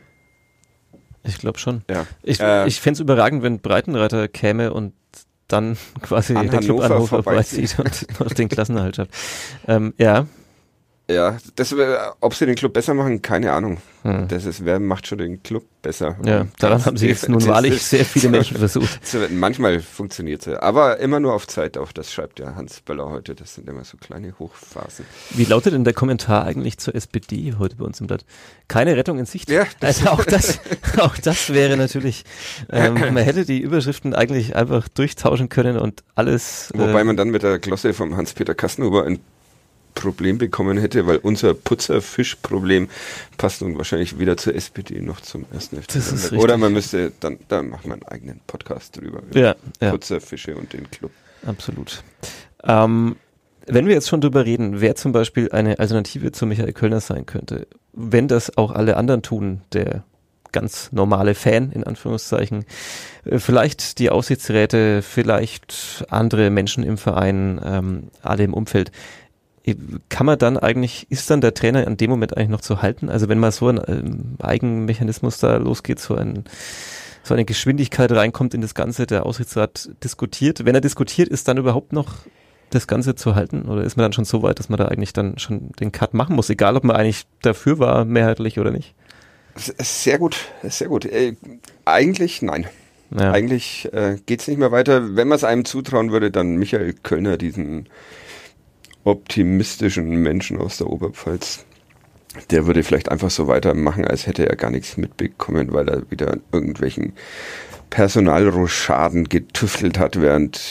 Ich glaube schon. Ja. Ich, äh, ich fände es überragend, wenn Breitenreiter käme und dann quasi an der Club Hannover Hannover vorbeizieht und noch den Klassenerhalt schafft. Ähm, ja. Ja, das, ob sie den Club besser machen, keine Ahnung. Hm. Das ist, wer macht schon den Club besser? Ja, daran haben sie jetzt nun wahrlich sehr viele Menschen versucht. Manchmal funktioniert es, aber immer nur auf Zeit. Auch das schreibt ja Hans Böller heute. Das sind immer so kleine Hochphasen. Wie lautet denn der Kommentar eigentlich zur S P D heute bei uns im Blatt? Keine Rettung in Sicht. Ja, also auch das, auch das wäre natürlich, ähm, man hätte die Überschriften eigentlich einfach durchtauschen können und alles. Wobei äh, man dann mit der Glosse vom Hans-Peter Kassenhuber ein Problem bekommen hätte, weil unser Putzerfischproblem passt nun wahrscheinlich weder zur S P D noch zum ersten F C Das ist Nürnberg. richtig. Oder man müsste, dann, da macht man einen eigenen Podcast drüber. Ja, ja. Putzerfische und den Club. Absolut. Ähm, wenn wir jetzt schon drüber reden, wer zum Beispiel eine Alternative zu Michael Kölner sein könnte, wenn das auch alle anderen tun, der ganz normale Fan, in Anführungszeichen, vielleicht die Aufsichtsräte, vielleicht andere Menschen im Verein, ähm, alle im Umfeld, kann man dann eigentlich, ist dann der Trainer in dem Moment eigentlich noch zu halten? Also wenn mal so ein ähm, Eigenmechanismus da losgeht, so, ein, so eine Geschwindigkeit reinkommt in das Ganze, der Aufsichtsrat diskutiert. Wenn er diskutiert, ist dann überhaupt noch das Ganze zu halten? Oder ist man dann schon so weit, dass man da eigentlich dann schon den Cut machen muss, egal ob man eigentlich dafür war, mehrheitlich oder nicht? Sehr gut, sehr gut. Äh, eigentlich nein. Ja. Eigentlich äh, geht's nicht mehr weiter. Wenn man es einem zutrauen würde, dann Michael Kölner, diesen optimistischen Menschen aus der Oberpfalz, der würde vielleicht einfach so weitermachen, als hätte er gar nichts mitbekommen, weil er wieder an irgendwelchen Personalrochaden getüftelt hat, während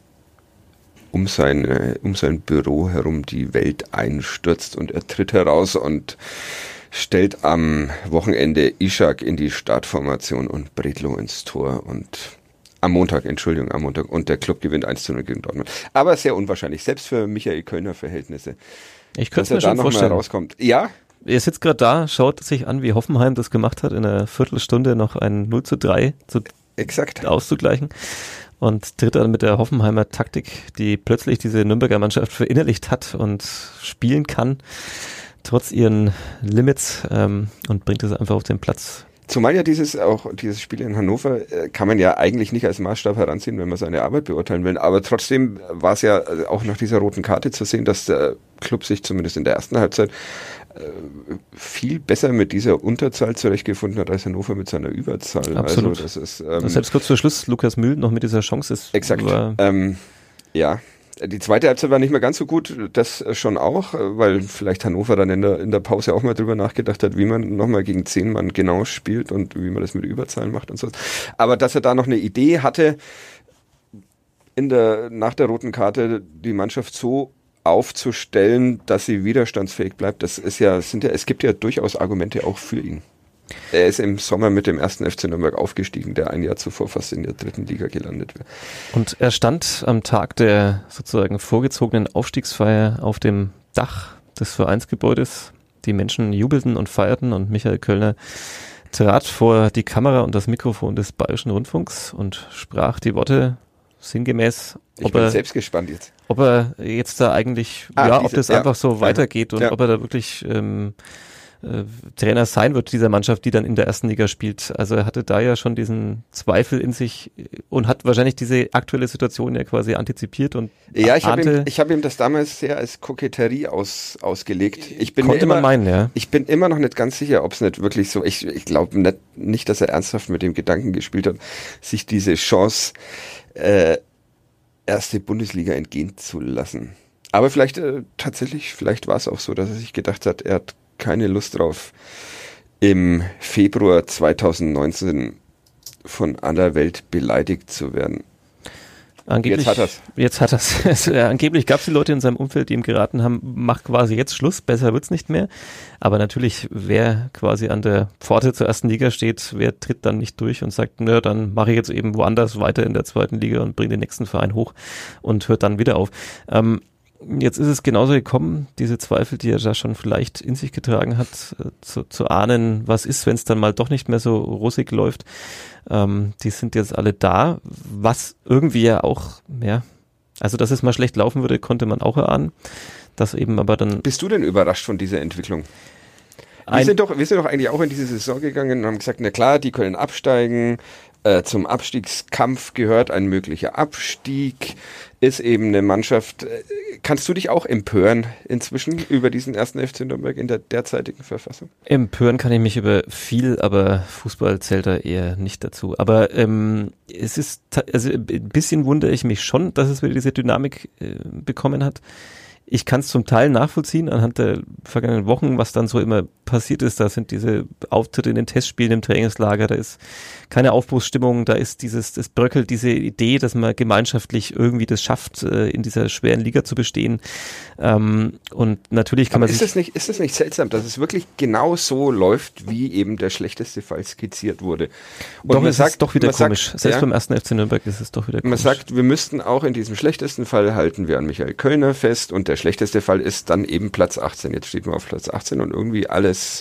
um sein, um sein Büro herum die Welt einstürzt, und er tritt heraus und stellt am Wochenende Ishak in die Startformation und Bredlo ins Tor und Am Montag, Entschuldigung, am Montag. Und der Club gewinnt eins zu null gegen Dortmund. Aber sehr unwahrscheinlich, selbst für Michael Kölner Verhältnisse. Ich könnte dass mir er schon da noch vorstellen. mal rauskommt. Ja? Er sitzt gerade da, schaut sich an, wie Hoffenheim das gemacht hat, in einer Viertelstunde noch ein null zu drei zu Exakt. auszugleichen. Und tritt dann mit der Hoffenheimer Taktik, die plötzlich diese Nürnberger Mannschaft verinnerlicht hat und spielen kann, trotz ihren Limits, ähm, und bringt es einfach auf den Platz. Zumal ja dieses auch dieses Spiel in Hannover äh, kann man ja eigentlich nicht als Maßstab heranziehen, wenn man seine Arbeit beurteilen will. Aber trotzdem war es ja äh, auch nach dieser roten Karte zu sehen, dass der Club sich zumindest in der ersten Halbzeit äh, viel besser mit dieser Unterzahl zurechtgefunden hat als Hannover mit seiner Überzahl. Absolut. Also das ist ähm, Selbst kurz vor Schluss Lukas Mühl noch mit dieser Chance ist. exakt. Ähm, ja. Die zweite Halbzeit war nicht mehr ganz so gut, das schon auch, weil vielleicht Hannover dann in der, in der Pause auch mal drüber nachgedacht hat, wie man nochmal gegen zehn Mann genau spielt und wie man das mit Überzahlen macht und so. Aber dass er da noch eine Idee hatte, in der, nach der roten Karte die Mannschaft so aufzustellen, dass sie widerstandsfähig bleibt, das ist ja, sind ja, es gibt ja durchaus Argumente auch für ihn. Er ist im Sommer mit dem ersten F C Nürnberg aufgestiegen, der ein Jahr zuvor fast in der dritten Liga gelandet wäre. Und er stand am Tag der sozusagen vorgezogenen Aufstiegsfeier auf dem Dach des Vereinsgebäudes. Die Menschen jubelten und feierten und Michael Kölner trat vor die Kamera und das Mikrofon des Bayerischen Rundfunks und sprach die Worte sinngemäß, Ich ob bin er, selbst gespannt jetzt. ob er jetzt da eigentlich, Ah, ja, diese, ob das ja. einfach so weitergeht und Ja. ob er da wirklich ähm, äh, Trainer sein wird dieser Mannschaft, die dann in der ersten Liga spielt. Also er hatte da ja schon diesen Zweifel in sich und hat wahrscheinlich diese aktuelle Situation ja quasi antizipiert und Ja, ich habe ahnte, ihm, ich hab ihm das damals sehr als Koketterie aus, ausgelegt. Ich bin mir konnte immer, man meinen, ja. Ich bin immer noch nicht ganz sicher, ob es nicht wirklich so, ich, ich glaube nicht, nicht, dass er ernsthaft mit dem Gedanken gespielt hat, sich diese Chance äh, erste Bundesliga entgehen zu lassen. Aber vielleicht äh, tatsächlich, vielleicht war es auch so, dass er sich gedacht hat, er hat keine Lust drauf, im Februar zweitausendneunzehn von aller Welt beleidigt zu werden. Angeblich, jetzt hat er's. Jetzt hat er's. Also, ja, angeblich gab es die Leute in seinem Umfeld, die ihm geraten haben, mach quasi jetzt Schluss, besser wird's nicht mehr. Aber natürlich, wer quasi an der Pforte zur ersten Liga steht, wer tritt dann nicht durch und sagt, naja, dann mache ich jetzt eben woanders weiter in der zweiten Liga und bringe den nächsten Verein hoch und hört dann wieder auf. Ähm, Jetzt ist es genauso gekommen, diese Zweifel, die er da schon vielleicht in sich getragen hat, äh, zu, zu ahnen, was ist, wenn es dann mal doch nicht mehr so rosig läuft. Ähm, die sind jetzt alle da, was irgendwie ja auch, ja, also dass es mal schlecht laufen würde, konnte man auch erahnen. Dass eben aber dann. Bist du denn überrascht von dieser Entwicklung? Wir sind doch, wir sind doch eigentlich auch in diese Saison gegangen und haben gesagt, na klar, die können absteigen. Äh, zum Abstiegskampf gehört ein möglicher Abstieg. Ist eben eine Mannschaft. Äh, kannst du dich auch empören inzwischen über diesen ersten F C Nürnberg in der derzeitigen Verfassung? Empören kann ich mich über viel, aber Fußball zählt da eher nicht dazu. Aber ähm, es ist, also ein bisschen wundere ich mich schon, dass es wieder diese Dynamik äh, bekommen hat. Ich kann es zum Teil nachvollziehen anhand der vergangenen Wochen, was dann so immer passiert ist. Da sind diese Auftritte in den Testspielen im Trainingslager, da ist keine Aufbruchsstimmung, da ist dieses, das bröckelt diese Idee, dass man gemeinschaftlich irgendwie das schafft, in dieser schweren Liga zu bestehen. Und natürlich kann Aber man ist sich... Das nicht, ist das nicht seltsam, dass es wirklich genau so läuft, wie eben der schlechteste Fall skizziert wurde? Und doch, man es sagt, ist doch wieder man komisch. Sagt, Selbst ja, beim ersten F C Nürnberg ist es doch wieder komisch. Man sagt, wir müssten auch in diesem schlechtesten Fall halten wir an Michael Kölner fest und der schlechteste Fall ist dann eben Platz achtzehn. Jetzt steht man auf Platz achtzehn und irgendwie alles,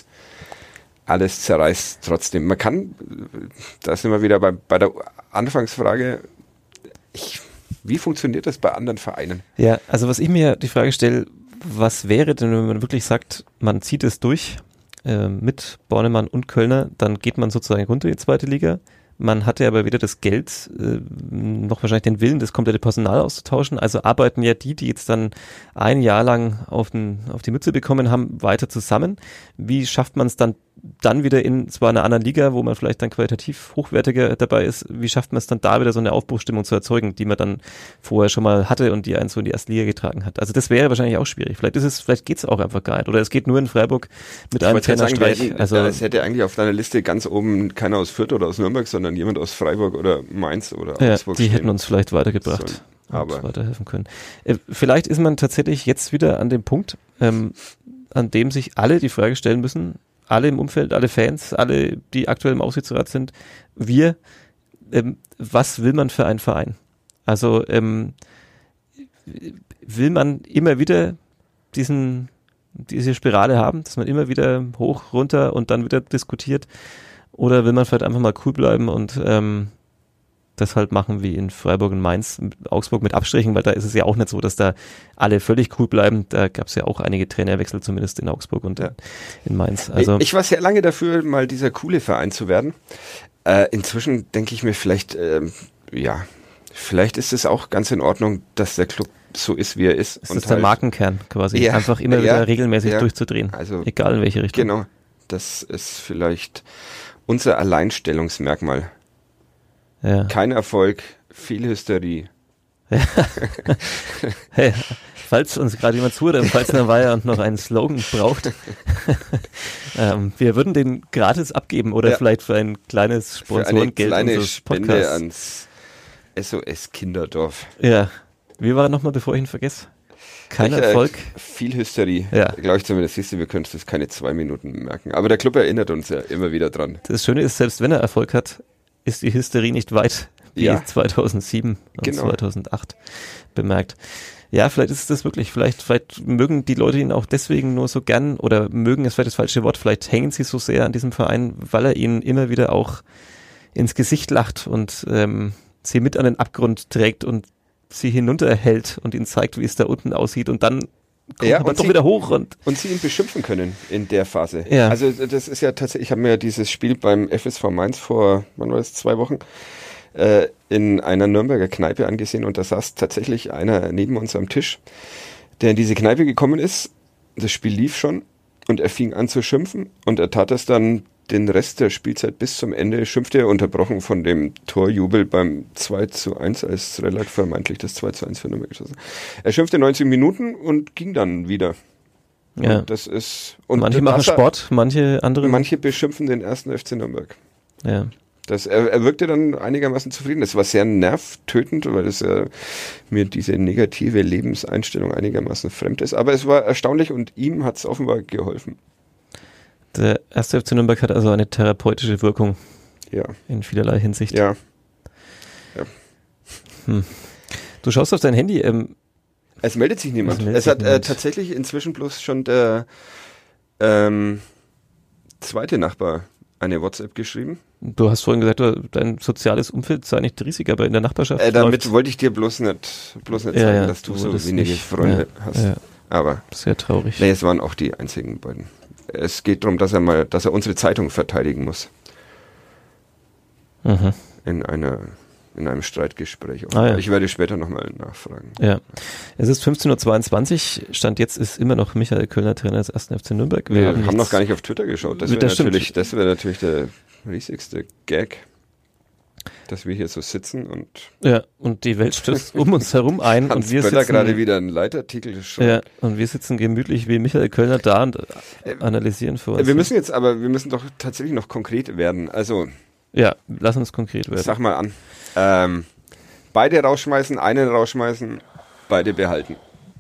alles zerreißt trotzdem. Man kann, da sind wir wieder bei, bei der Anfangsfrage, ich, wie funktioniert das bei anderen Vereinen? Ja, also was ich mir die Frage stelle, was wäre denn, wenn man wirklich sagt, man zieht es durch äh, mit Bornemann und Kölner, dann geht man sozusagen runter in die zweite Liga. Man hatte aber weder das Geld, äh, noch wahrscheinlich den Willen, das komplette Personal auszutauschen. Also arbeiten ja die, die jetzt dann ein Jahr lang auf, den, auf die Mütze bekommen haben, weiter zusammen. Wie schafft man es dann dann wieder in zwar einer anderen Liga, wo man vielleicht dann qualitativ hochwertiger dabei ist, wie schafft man es dann da wieder so eine Aufbruchsstimmung zu erzeugen, die man dann vorher schon mal hatte und die einen so in die erste Liga getragen hat? Also das wäre wahrscheinlich auch schwierig. Vielleicht ist es, vielleicht geht es auch einfach gar nicht. Oder es geht nur in Freiburg mit ich einem Trainerstreich. Sagen, also es hätte eigentlich auf deiner Liste ganz oben keiner aus Fürth oder aus Nürnberg, sondern jemand aus Freiburg oder Mainz oder ja, Augsburg die stehen. hätten uns vielleicht weitergebracht. Sollen. Aber weiterhelfen können. Äh, vielleicht ist man tatsächlich jetzt wieder an dem Punkt, ähm, an dem sich alle die Frage stellen müssen, alle im Umfeld, alle Fans, alle, die aktuell im Aufsichtsrat sind, wir, ähm, was will man für einen Verein? Also ähm, will man immer wieder diesen, diese Spirale haben, dass man immer wieder hoch, runter und dann wieder diskutiert, oder will man vielleicht einfach mal cool bleiben und ähm, das halt machen wie in Freiburg und Mainz, Augsburg mit Abstrichen, weil da ist es ja auch nicht so, dass da alle völlig cool bleiben. Da gab es ja auch einige Trainerwechsel, zumindest in Augsburg und ja. in Mainz. Also ich war sehr lange dafür, mal dieser coole Verein zu werden. Äh, inzwischen denke ich mir vielleicht, äh, ja, vielleicht ist es auch ganz in Ordnung, dass der Club so ist, wie er ist. Das und ist halt der Markenkern quasi, ja, einfach immer ja, wieder regelmäßig ja, durchzudrehen, also, egal in welche Richtung. Genau, das ist vielleicht unser Alleinstellungsmerkmal. Ja. Kein Erfolg, viel Hysterie. Ja. Hey, falls uns gerade jemand zuhört, falls eine Weihe und noch einen Slogan braucht, ähm, wir würden den gratis abgeben oder ja. vielleicht für ein kleines Sponsorengeld unseres Podcasts. Spende ans S O S Kinderdorf. Ja, wie war er nochmal, bevor ich ihn vergesse? Kein ich, Erfolg. Äh, viel Hysterie. Ja. Glaube ich zumindest. Siehst du, wir können das keine zwei Minuten merken. Aber der Club erinnert uns ja immer wieder dran. Das Schöne ist, selbst wenn er Erfolg hat, ist die Hysterie nicht weit, wie ja. zweitausendsieben und genau. zweitausendacht bemerkt. Ja, vielleicht ist es das wirklich. Vielleicht, vielleicht mögen die Leute ihn auch deswegen nur so gern, oder mögen ist vielleicht das falsche Wort, vielleicht hängen sie so sehr an diesem Verein, weil er ihnen immer wieder auch ins Gesicht lacht und ähm, sie mit an den Abgrund trägt und sie hinunterhält und ihnen zeigt, wie es da unten aussieht, und dann kommt ja, aber und doch sie, wieder hoch. Und und sie ihn beschimpfen können in der Phase. Ja. Also das ist ja tatsächlich, ich habe mir dieses Spiel beim F S V Mainz vor, wann war das, zwei Wochen, äh, in einer Nürnberger Kneipe angesehen, und da saß tatsächlich einer neben uns am Tisch, der in diese Kneipe gekommen ist. Das Spiel lief schon und er fing an zu schimpfen, und er tat es dann den Rest der Spielzeit bis zum Ende, schimpfte er, unterbrochen von dem Torjubel beim zwei zu eins, als Relax vermeintlich das zwei zu eins für Nürnberg geschossen. Er schimpfte neunzig Minuten und ging dann wieder. Ja. Und das ist, und manche machen er, Sport, manche andere. Manche beschimpfen den ersten F C Nürnberg. Ja. Das, er, er wirkte dann einigermaßen zufrieden. Das war sehr nervtötend, weil es äh, mir diese negative Lebenseinstellung einigermaßen fremd ist. Aber es war erstaunlich und ihm hat es offenbar geholfen. Der erste F C Nürnberg hat also eine therapeutische Wirkung. Ja. In vielerlei Hinsicht. Ja. ja. Hm. Du schaust auf dein Handy. Ähm, es meldet sich niemand. Es, meldet es sich hat niemand. Äh, tatsächlich inzwischen bloß schon der ähm, zweite Nachbar eine WhatsApp geschrieben. Du hast vorhin gesagt, dein soziales Umfeld sei nicht riesig, aber in der Nachbarschaft äh, Damit läuft's. Wollte ich dir bloß nicht, bloß nicht sagen, ja, ja, dass du, du so wenige nicht. Freunde ja, hast. Ja. Aber sehr traurig. Nee, es waren auch die einzigen beiden. Es geht darum, dass er mal, dass er unsere Zeitung verteidigen muss. Mhm. In einer, in einem Streitgespräch. Ah, ja. Ich werde später nochmal nachfragen. Ja. Es ist fünfzehn Uhr zweiundzwanzig. Stand jetzt ist immer noch Michael Kölner Trainer des ersten F C Nürnberg. Wir, Wir haben, haben noch gar nicht auf Twitter geschaut. Das wäre das natürlich, das wäre natürlich der riesigste Gag, dass wir hier so sitzen und ja, und die Welt stürzt um uns herum ein und wir sitzen gerade wieder einen Leitartikel schreibt. Ja, und wir sitzen gemütlich wie Michael Kölner da und äh, analysieren vor uns. Wir müssen jetzt aber, wir müssen doch tatsächlich noch konkret werden. Also ja, lass uns konkret werden. Sag mal an. Ähm, beide rausschmeißen, einen rausschmeißen, beide behalten.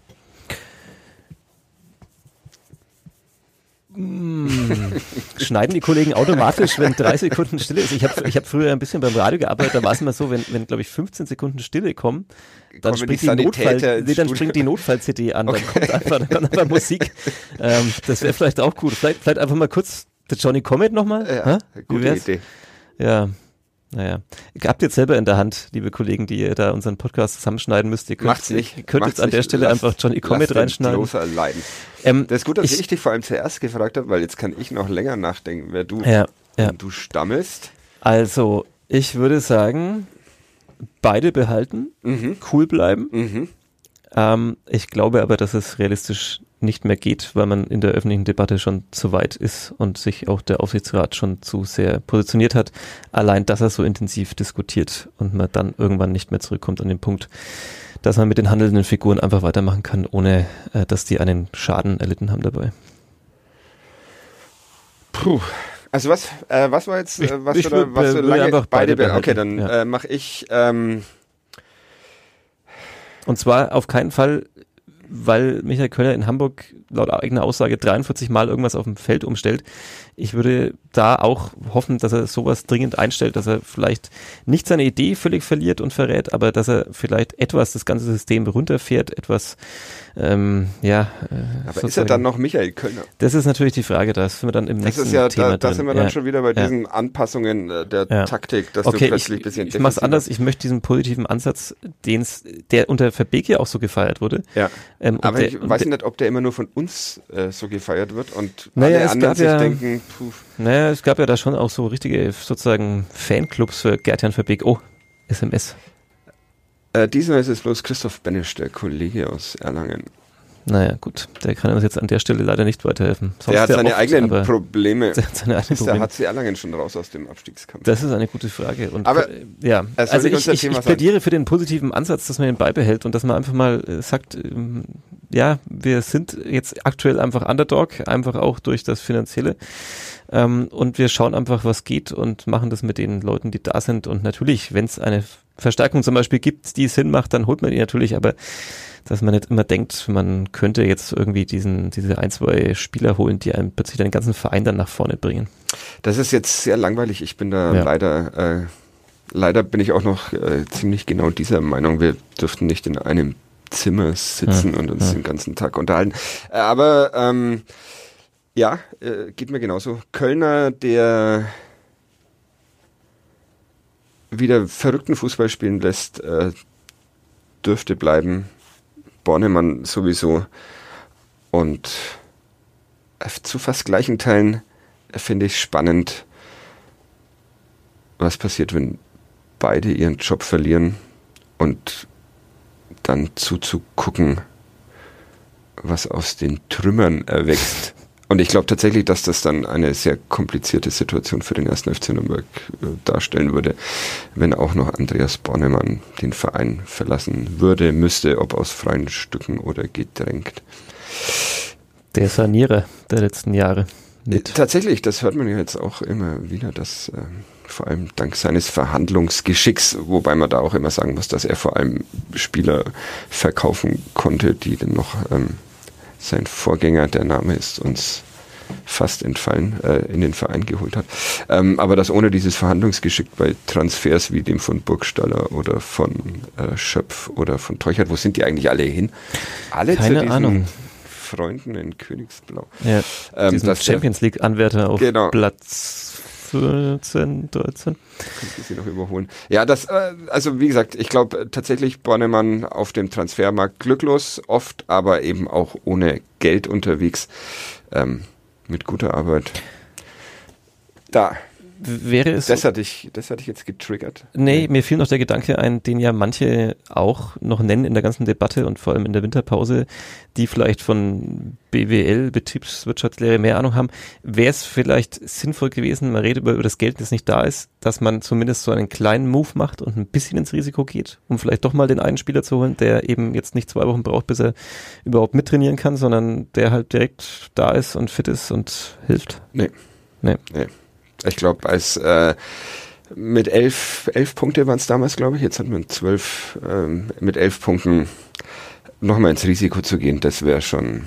Schneiden die Kollegen automatisch, wenn drei Sekunden Stille ist? Ich habe ich hab früher ein bisschen beim Radio gearbeitet, da war es immer so, wenn, wenn glaube ich, fünfzehn Sekunden Stille kommen, dann, springt die, Notfall, nee, dann springt die Notfall-C D an, okay. dann kommt einfach, dann kommt einfach Musik. Ähm, das wäre vielleicht auch gut. Vielleicht, vielleicht einfach mal kurz der Johnny Comet nochmal. Ja, gute Idee. Ja, naja. Ihr habt jetzt selber in der Hand, liebe Kollegen, die ihr da unseren Podcast zusammenschneiden müsst. Ihr könnt, Macht's nicht. Ihr könnt Macht's jetzt an der nicht. Stelle lass, einfach Johnny Comet reinschneiden. Leiden. Ähm, das ist gut, dass ich, ich dich vor allem zuerst gefragt habe, weil jetzt kann ich noch länger nachdenken, wer du, ja, ja. du stammelst. Also, ich würde sagen, beide behalten, mhm. cool bleiben. Mhm. Ähm, ich glaube aber, dass es realistisch nicht mehr geht, weil man in der öffentlichen Debatte schon zu weit ist und sich auch der Aufsichtsrat schon zu sehr positioniert hat. Allein, dass er so intensiv diskutiert und man dann irgendwann nicht mehr zurückkommt an den Punkt, dass man mit den handelnden Figuren einfach weitermachen kann, ohne äh, dass die einen Schaden erlitten haben dabei. Puh. Also was, äh, was war jetzt, äh, was ich, du da, was ich du lange, einfach beide, beide okay, dann ja. äh, mache ich, ähm, und zwar auf keinen Fall, weil Michael Kölner in Hamburg laut eigener Aussage dreiundvierzig Mal irgendwas auf dem Feld umstellt. Ich würde da auch hoffen, dass er sowas dringend einstellt, dass er vielleicht nicht seine Idee völlig verliert und verrät, aber dass er vielleicht etwas das ganze System runterfährt, etwas, ähm, ja. Äh, aber ist er dann noch Michael Kölner? Das ist natürlich die Frage, da sind wir dann im das nächsten ist ja, Thema da, da drin. sind wir dann ja. schon wieder bei ja. diesen Anpassungen äh, der ja. Taktik, dass okay, du plötzlich ein bisschen ich, ich mach's anders, ich möchte diesen positiven Ansatz, den's, der unter Verbeek ja auch so gefeiert wurde. Ja. Ähm, aber der, ich weiß nicht, ob der immer nur von uns äh, so gefeiert wird und naja, alle anderen sich ja, denken, puh. Naja, es gab ja da schon auch so richtige sozusagen Fanclubs für Gert-Jan Verbeek. Oh, S M S. Äh, diesmal ist es bloß Christoph Benesch, der Kollege aus Erlangen. Naja, gut, der kann uns jetzt an der Stelle leider nicht weiterhelfen. Sonst der hat seine oft, eigenen Probleme. Der hat seine eigenen Probleme. Da hat sie Erlangen schon raus aus dem Abstiegskampf. Das ist eine gute Frage. Und aber äh, ja, also ich, ich, ich plädiere für den positiven Ansatz, dass man ihn beibehält und dass man einfach mal äh, sagt, ähm, ja, wir sind jetzt aktuell einfach Underdog, einfach auch durch das Finanzielle. Ähm, und wir schauen einfach, was geht und machen das mit den Leuten, die da sind. Und natürlich, wenn es eine Verstärkung zum Beispiel gibt, die Sinn macht, dann holt man die natürlich, aber dass man nicht immer denkt, man könnte jetzt irgendwie diesen diese ein, zwei Spieler holen, die einem plötzlich den ganzen Verein dann nach vorne bringen. Das ist jetzt sehr langweilig. Ich bin da ja. leider, äh, leider bin ich auch noch äh, ziemlich genau dieser Meinung. Wir dürften nicht in einem Zimmer sitzen ja. und uns ja. den ganzen Tag unterhalten. Äh, aber ähm, ja, äh, geht mir genauso. Kölner, der wieder verrückten Fußball spielen lässt, äh, dürfte bleiben. Bornemann sowieso. Und äh, zu fast gleichen Teilen äh, finde ich spannend, was passiert, wenn beide ihren Job verlieren und dann zuzugucken, was aus den Trümmern erwächst. Und ich glaube tatsächlich, dass das dann eine sehr komplizierte Situation für den ersten F C Nürnberg äh, darstellen würde, wenn auch noch Andreas Bornemann den Verein verlassen würde, müsste, ob aus freien Stücken oder gedrängt. Der Sanierer der letzten Jahre. Mit. Tatsächlich, das hört man ja jetzt auch immer wieder, dass äh, vor allem dank seines Verhandlungsgeschicks, wobei man da auch immer sagen muss, dass er vor allem Spieler verkaufen konnte, die dann noch ähm, sein Vorgänger, der Name ist uns fast entfallen, äh, in den Verein geholt hat. Ähm, aber dass ohne dieses Verhandlungsgeschick bei Transfers wie dem von Burgstaller oder von äh, Schöpf oder von Teuchert, wo sind die eigentlich alle hin? Alle Keine zu diesen Ahnung. Freunden in Königsblau. Ja, ähm, diesen Champions League Anwärter auf genau. Platz vierzehn, dreizehn. Könnte sie noch überholen. Ja, das, äh, also wie gesagt, ich glaube tatsächlich Bornemann auf dem Transfermarkt glücklos, oft aber eben auch ohne Geld unterwegs, ähm, mit guter Arbeit. Da. Wäre es Das hatte ich, das hatte ich jetzt getriggert. Nee, mir fiel noch der Gedanke ein, den ja manche auch noch nennen in der ganzen Debatte und vor allem in der Winterpause, die vielleicht von B W L, Betriebswirtschaftslehre, mehr Ahnung haben. Wäre es vielleicht sinnvoll gewesen, man redet über, über das Geld, das nicht da ist, dass man zumindest so einen kleinen Move macht und ein bisschen ins Risiko geht, um vielleicht doch mal den einen Spieler zu holen, der eben jetzt nicht zwei Wochen braucht, bis er überhaupt mittrainieren kann, sondern der halt direkt da ist und fit ist und hilft? Nee. Nee. Nee. Ich glaube, als äh, mit elf, elf Punkte waren es damals, glaube ich, jetzt hat man zwölf, ähm, mit elf Punkten nochmal ins Risiko zu gehen, das wäre schon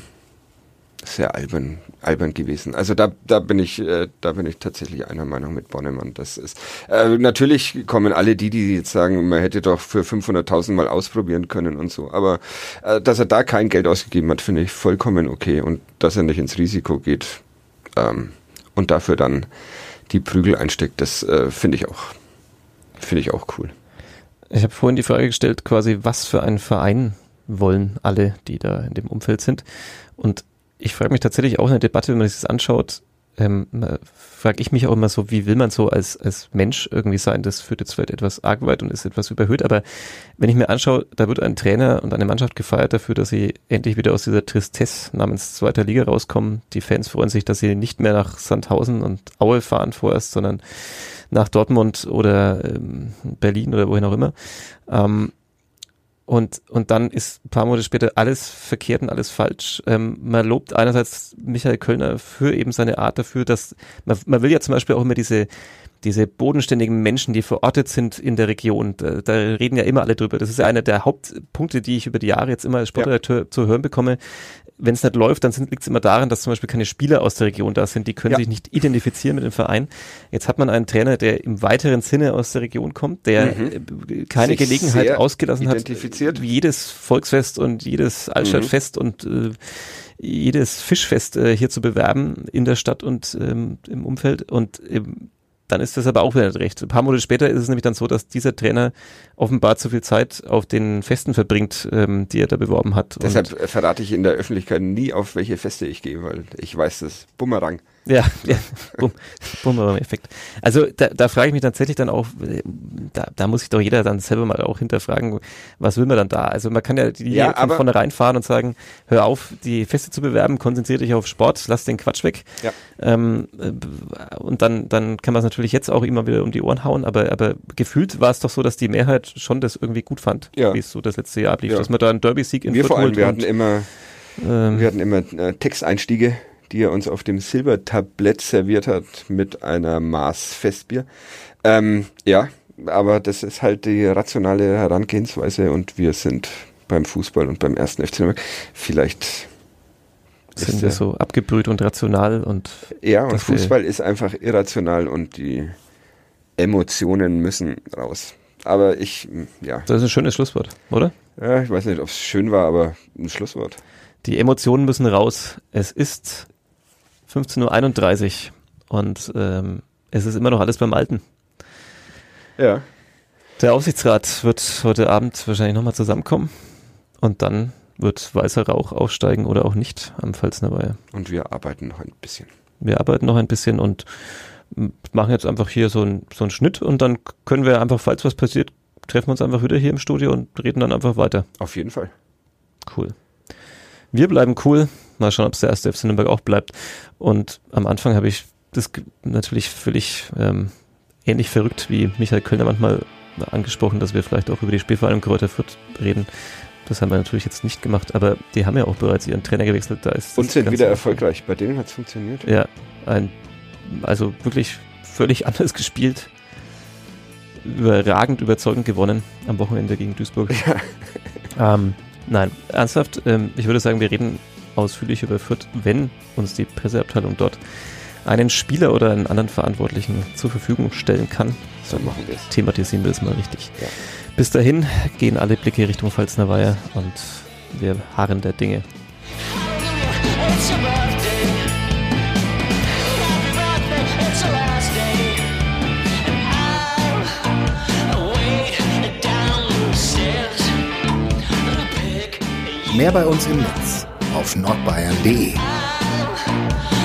sehr albern, albern gewesen. Also da, da bin ich, äh, da bin ich tatsächlich einer Meinung mit Bornemann. Das ist äh, natürlich kommen alle die, die jetzt sagen, man hätte doch für fünfhunderttausend mal ausprobieren können und so. Aber äh, dass er da kein Geld ausgegeben hat, finde ich vollkommen okay. Und dass er nicht ins Risiko geht ähm, und dafür dann die Prügel einsteckt, das äh, finde ich auch, finde ich auch cool. Ich habe vorhin die Frage gestellt, quasi, was für einen Verein wollen alle, die da in dem Umfeld sind. Und ich frage mich tatsächlich auch in der Debatte, wenn man sich das anschaut, ähm, frage ich mich auch immer so, wie will man so als, als Mensch irgendwie sein? Das führt jetzt vielleicht etwas arg weit und ist etwas überhöht, aber wenn ich mir anschaue, da wird ein Trainer und eine Mannschaft gefeiert dafür, dass sie endlich wieder aus dieser Tristesse namens zweiter Liga rauskommen. Die Fans freuen sich, dass sie nicht mehr nach Sandhausen und Aue fahren vorerst, sondern nach Dortmund oder ähm, Berlin oder wohin auch immer. Ähm, Und, und dann ist ein paar Monate später alles verkehrt und alles falsch. Ähm, man lobt einerseits Michael Kölner für eben seine Art dafür, dass man, man will ja zum Beispiel auch immer diese, diese bodenständigen Menschen, die verortet sind in der Region. Da, da reden ja immer alle drüber. Das ist ja einer der Hauptpunkte, die ich über die Jahre jetzt immer als Sportredakteur ja. zu hören bekomme. Wenn es nicht läuft, dann liegt es immer daran, dass zum Beispiel keine Spieler aus der Region da sind, die können ja. sich nicht identifizieren mit dem Verein. Jetzt hat man einen Trainer, der im weiteren Sinne aus der Region kommt, der mhm. keine sich Gelegenheit ausgelassen hat, jedes Volksfest und jedes Altstadtfest mhm. und äh, jedes Fischfest äh, hier zu bewerben in der Stadt und ähm, im Umfeld. Und ähm, dann ist das aber auch wieder nicht recht. Ein paar Monate später ist es nämlich dann so, dass dieser Trainer offenbar zu viel Zeit auf den Festen verbringt, ähm, die er da beworben hat. Deshalb und verrate ich in der Öffentlichkeit nie, auf welche Feste ich gehe, weil ich weiß, das Bumerang. Ja, ja Bum, Bumerang-Effekt. Also da, da frage ich mich tatsächlich dann auch, da, da muss sich doch jeder dann selber mal auch hinterfragen, was will man dann da? Also man kann ja die ja, von vornherein fahren und sagen, hör auf, die Feste zu bewerben, konzentriere dich auf Sport, lass den Quatsch weg. Ja. Ähm, und dann, dann kann man es natürlich jetzt auch immer wieder um die Ohren hauen, aber, aber gefühlt war es doch so, dass die Mehrheit schon das irgendwie gut fand, ja. wie es so das letzte Jahr ablief, ja. dass man da einen Derby-Sieg in Wir vor allem, wir hatten immer, ähm, wir hatten immer äh, Texteinstiege, die er uns auf dem Silbertablett serviert hat mit einer Maß Festbier. Ähm, ja, aber das ist halt die rationale Herangehensweise und wir sind beim Fußball und beim ersten F C Nürnberg vielleicht sind wir so abgebrüht und rational und ja, und Fußball ist einfach irrational und die Emotionen müssen raus. Aber ich, ja. Das ist ein schönes Schlusswort, oder? Ja, ich weiß nicht, ob es schön war, aber ein Schlusswort. Die Emotionen müssen raus. Es ist fünfzehn Uhr einunddreißig und ähm, es ist immer noch alles beim Alten. Ja. Der Aufsichtsrat wird heute Abend wahrscheinlich nochmal zusammenkommen und dann wird weißer Rauch aufsteigen oder auch nicht am Pfalzner Weiher. Und wir arbeiten noch ein bisschen. Wir arbeiten noch ein bisschen und machen jetzt einfach hier so einen so einen Schnitt und dann können wir einfach, falls was passiert, treffen wir uns einfach wieder hier im Studio und reden dann einfach weiter. Auf jeden Fall. Cool. Wir bleiben cool. Mal schauen, ob es der erste F C Nürnberg auch bleibt. Und am Anfang habe ich das natürlich völlig ähm, ähnlich verrückt wie Michael Kölner manchmal angesprochen, dass wir vielleicht auch über die Spielvereinigung Kräuter Fürth reden. Das haben wir natürlich jetzt nicht gemacht, aber die haben ja auch bereits ihren Trainer gewechselt. Da ist Und sind wieder erfolgreich. Bei denen hat es funktioniert. Ja, ein, also wirklich völlig anders gespielt. Überragend, überzeugend gewonnen am Wochenende gegen Duisburg. Ja. Ähm, nein, ernsthaft, ähm, ich würde sagen, wir reden ausführlich über Fürth, wenn uns die Presseabteilung dort einen Spieler oder einen anderen Verantwortlichen zur Verfügung stellen kann. So machen wir es. Thematisieren wir es mal richtig. Ja. Bis dahin gehen alle Blicke Richtung Pfalzner Weiher und wir harren der Dinge. Mehr bei uns im Netz auf nordbayern punkt de.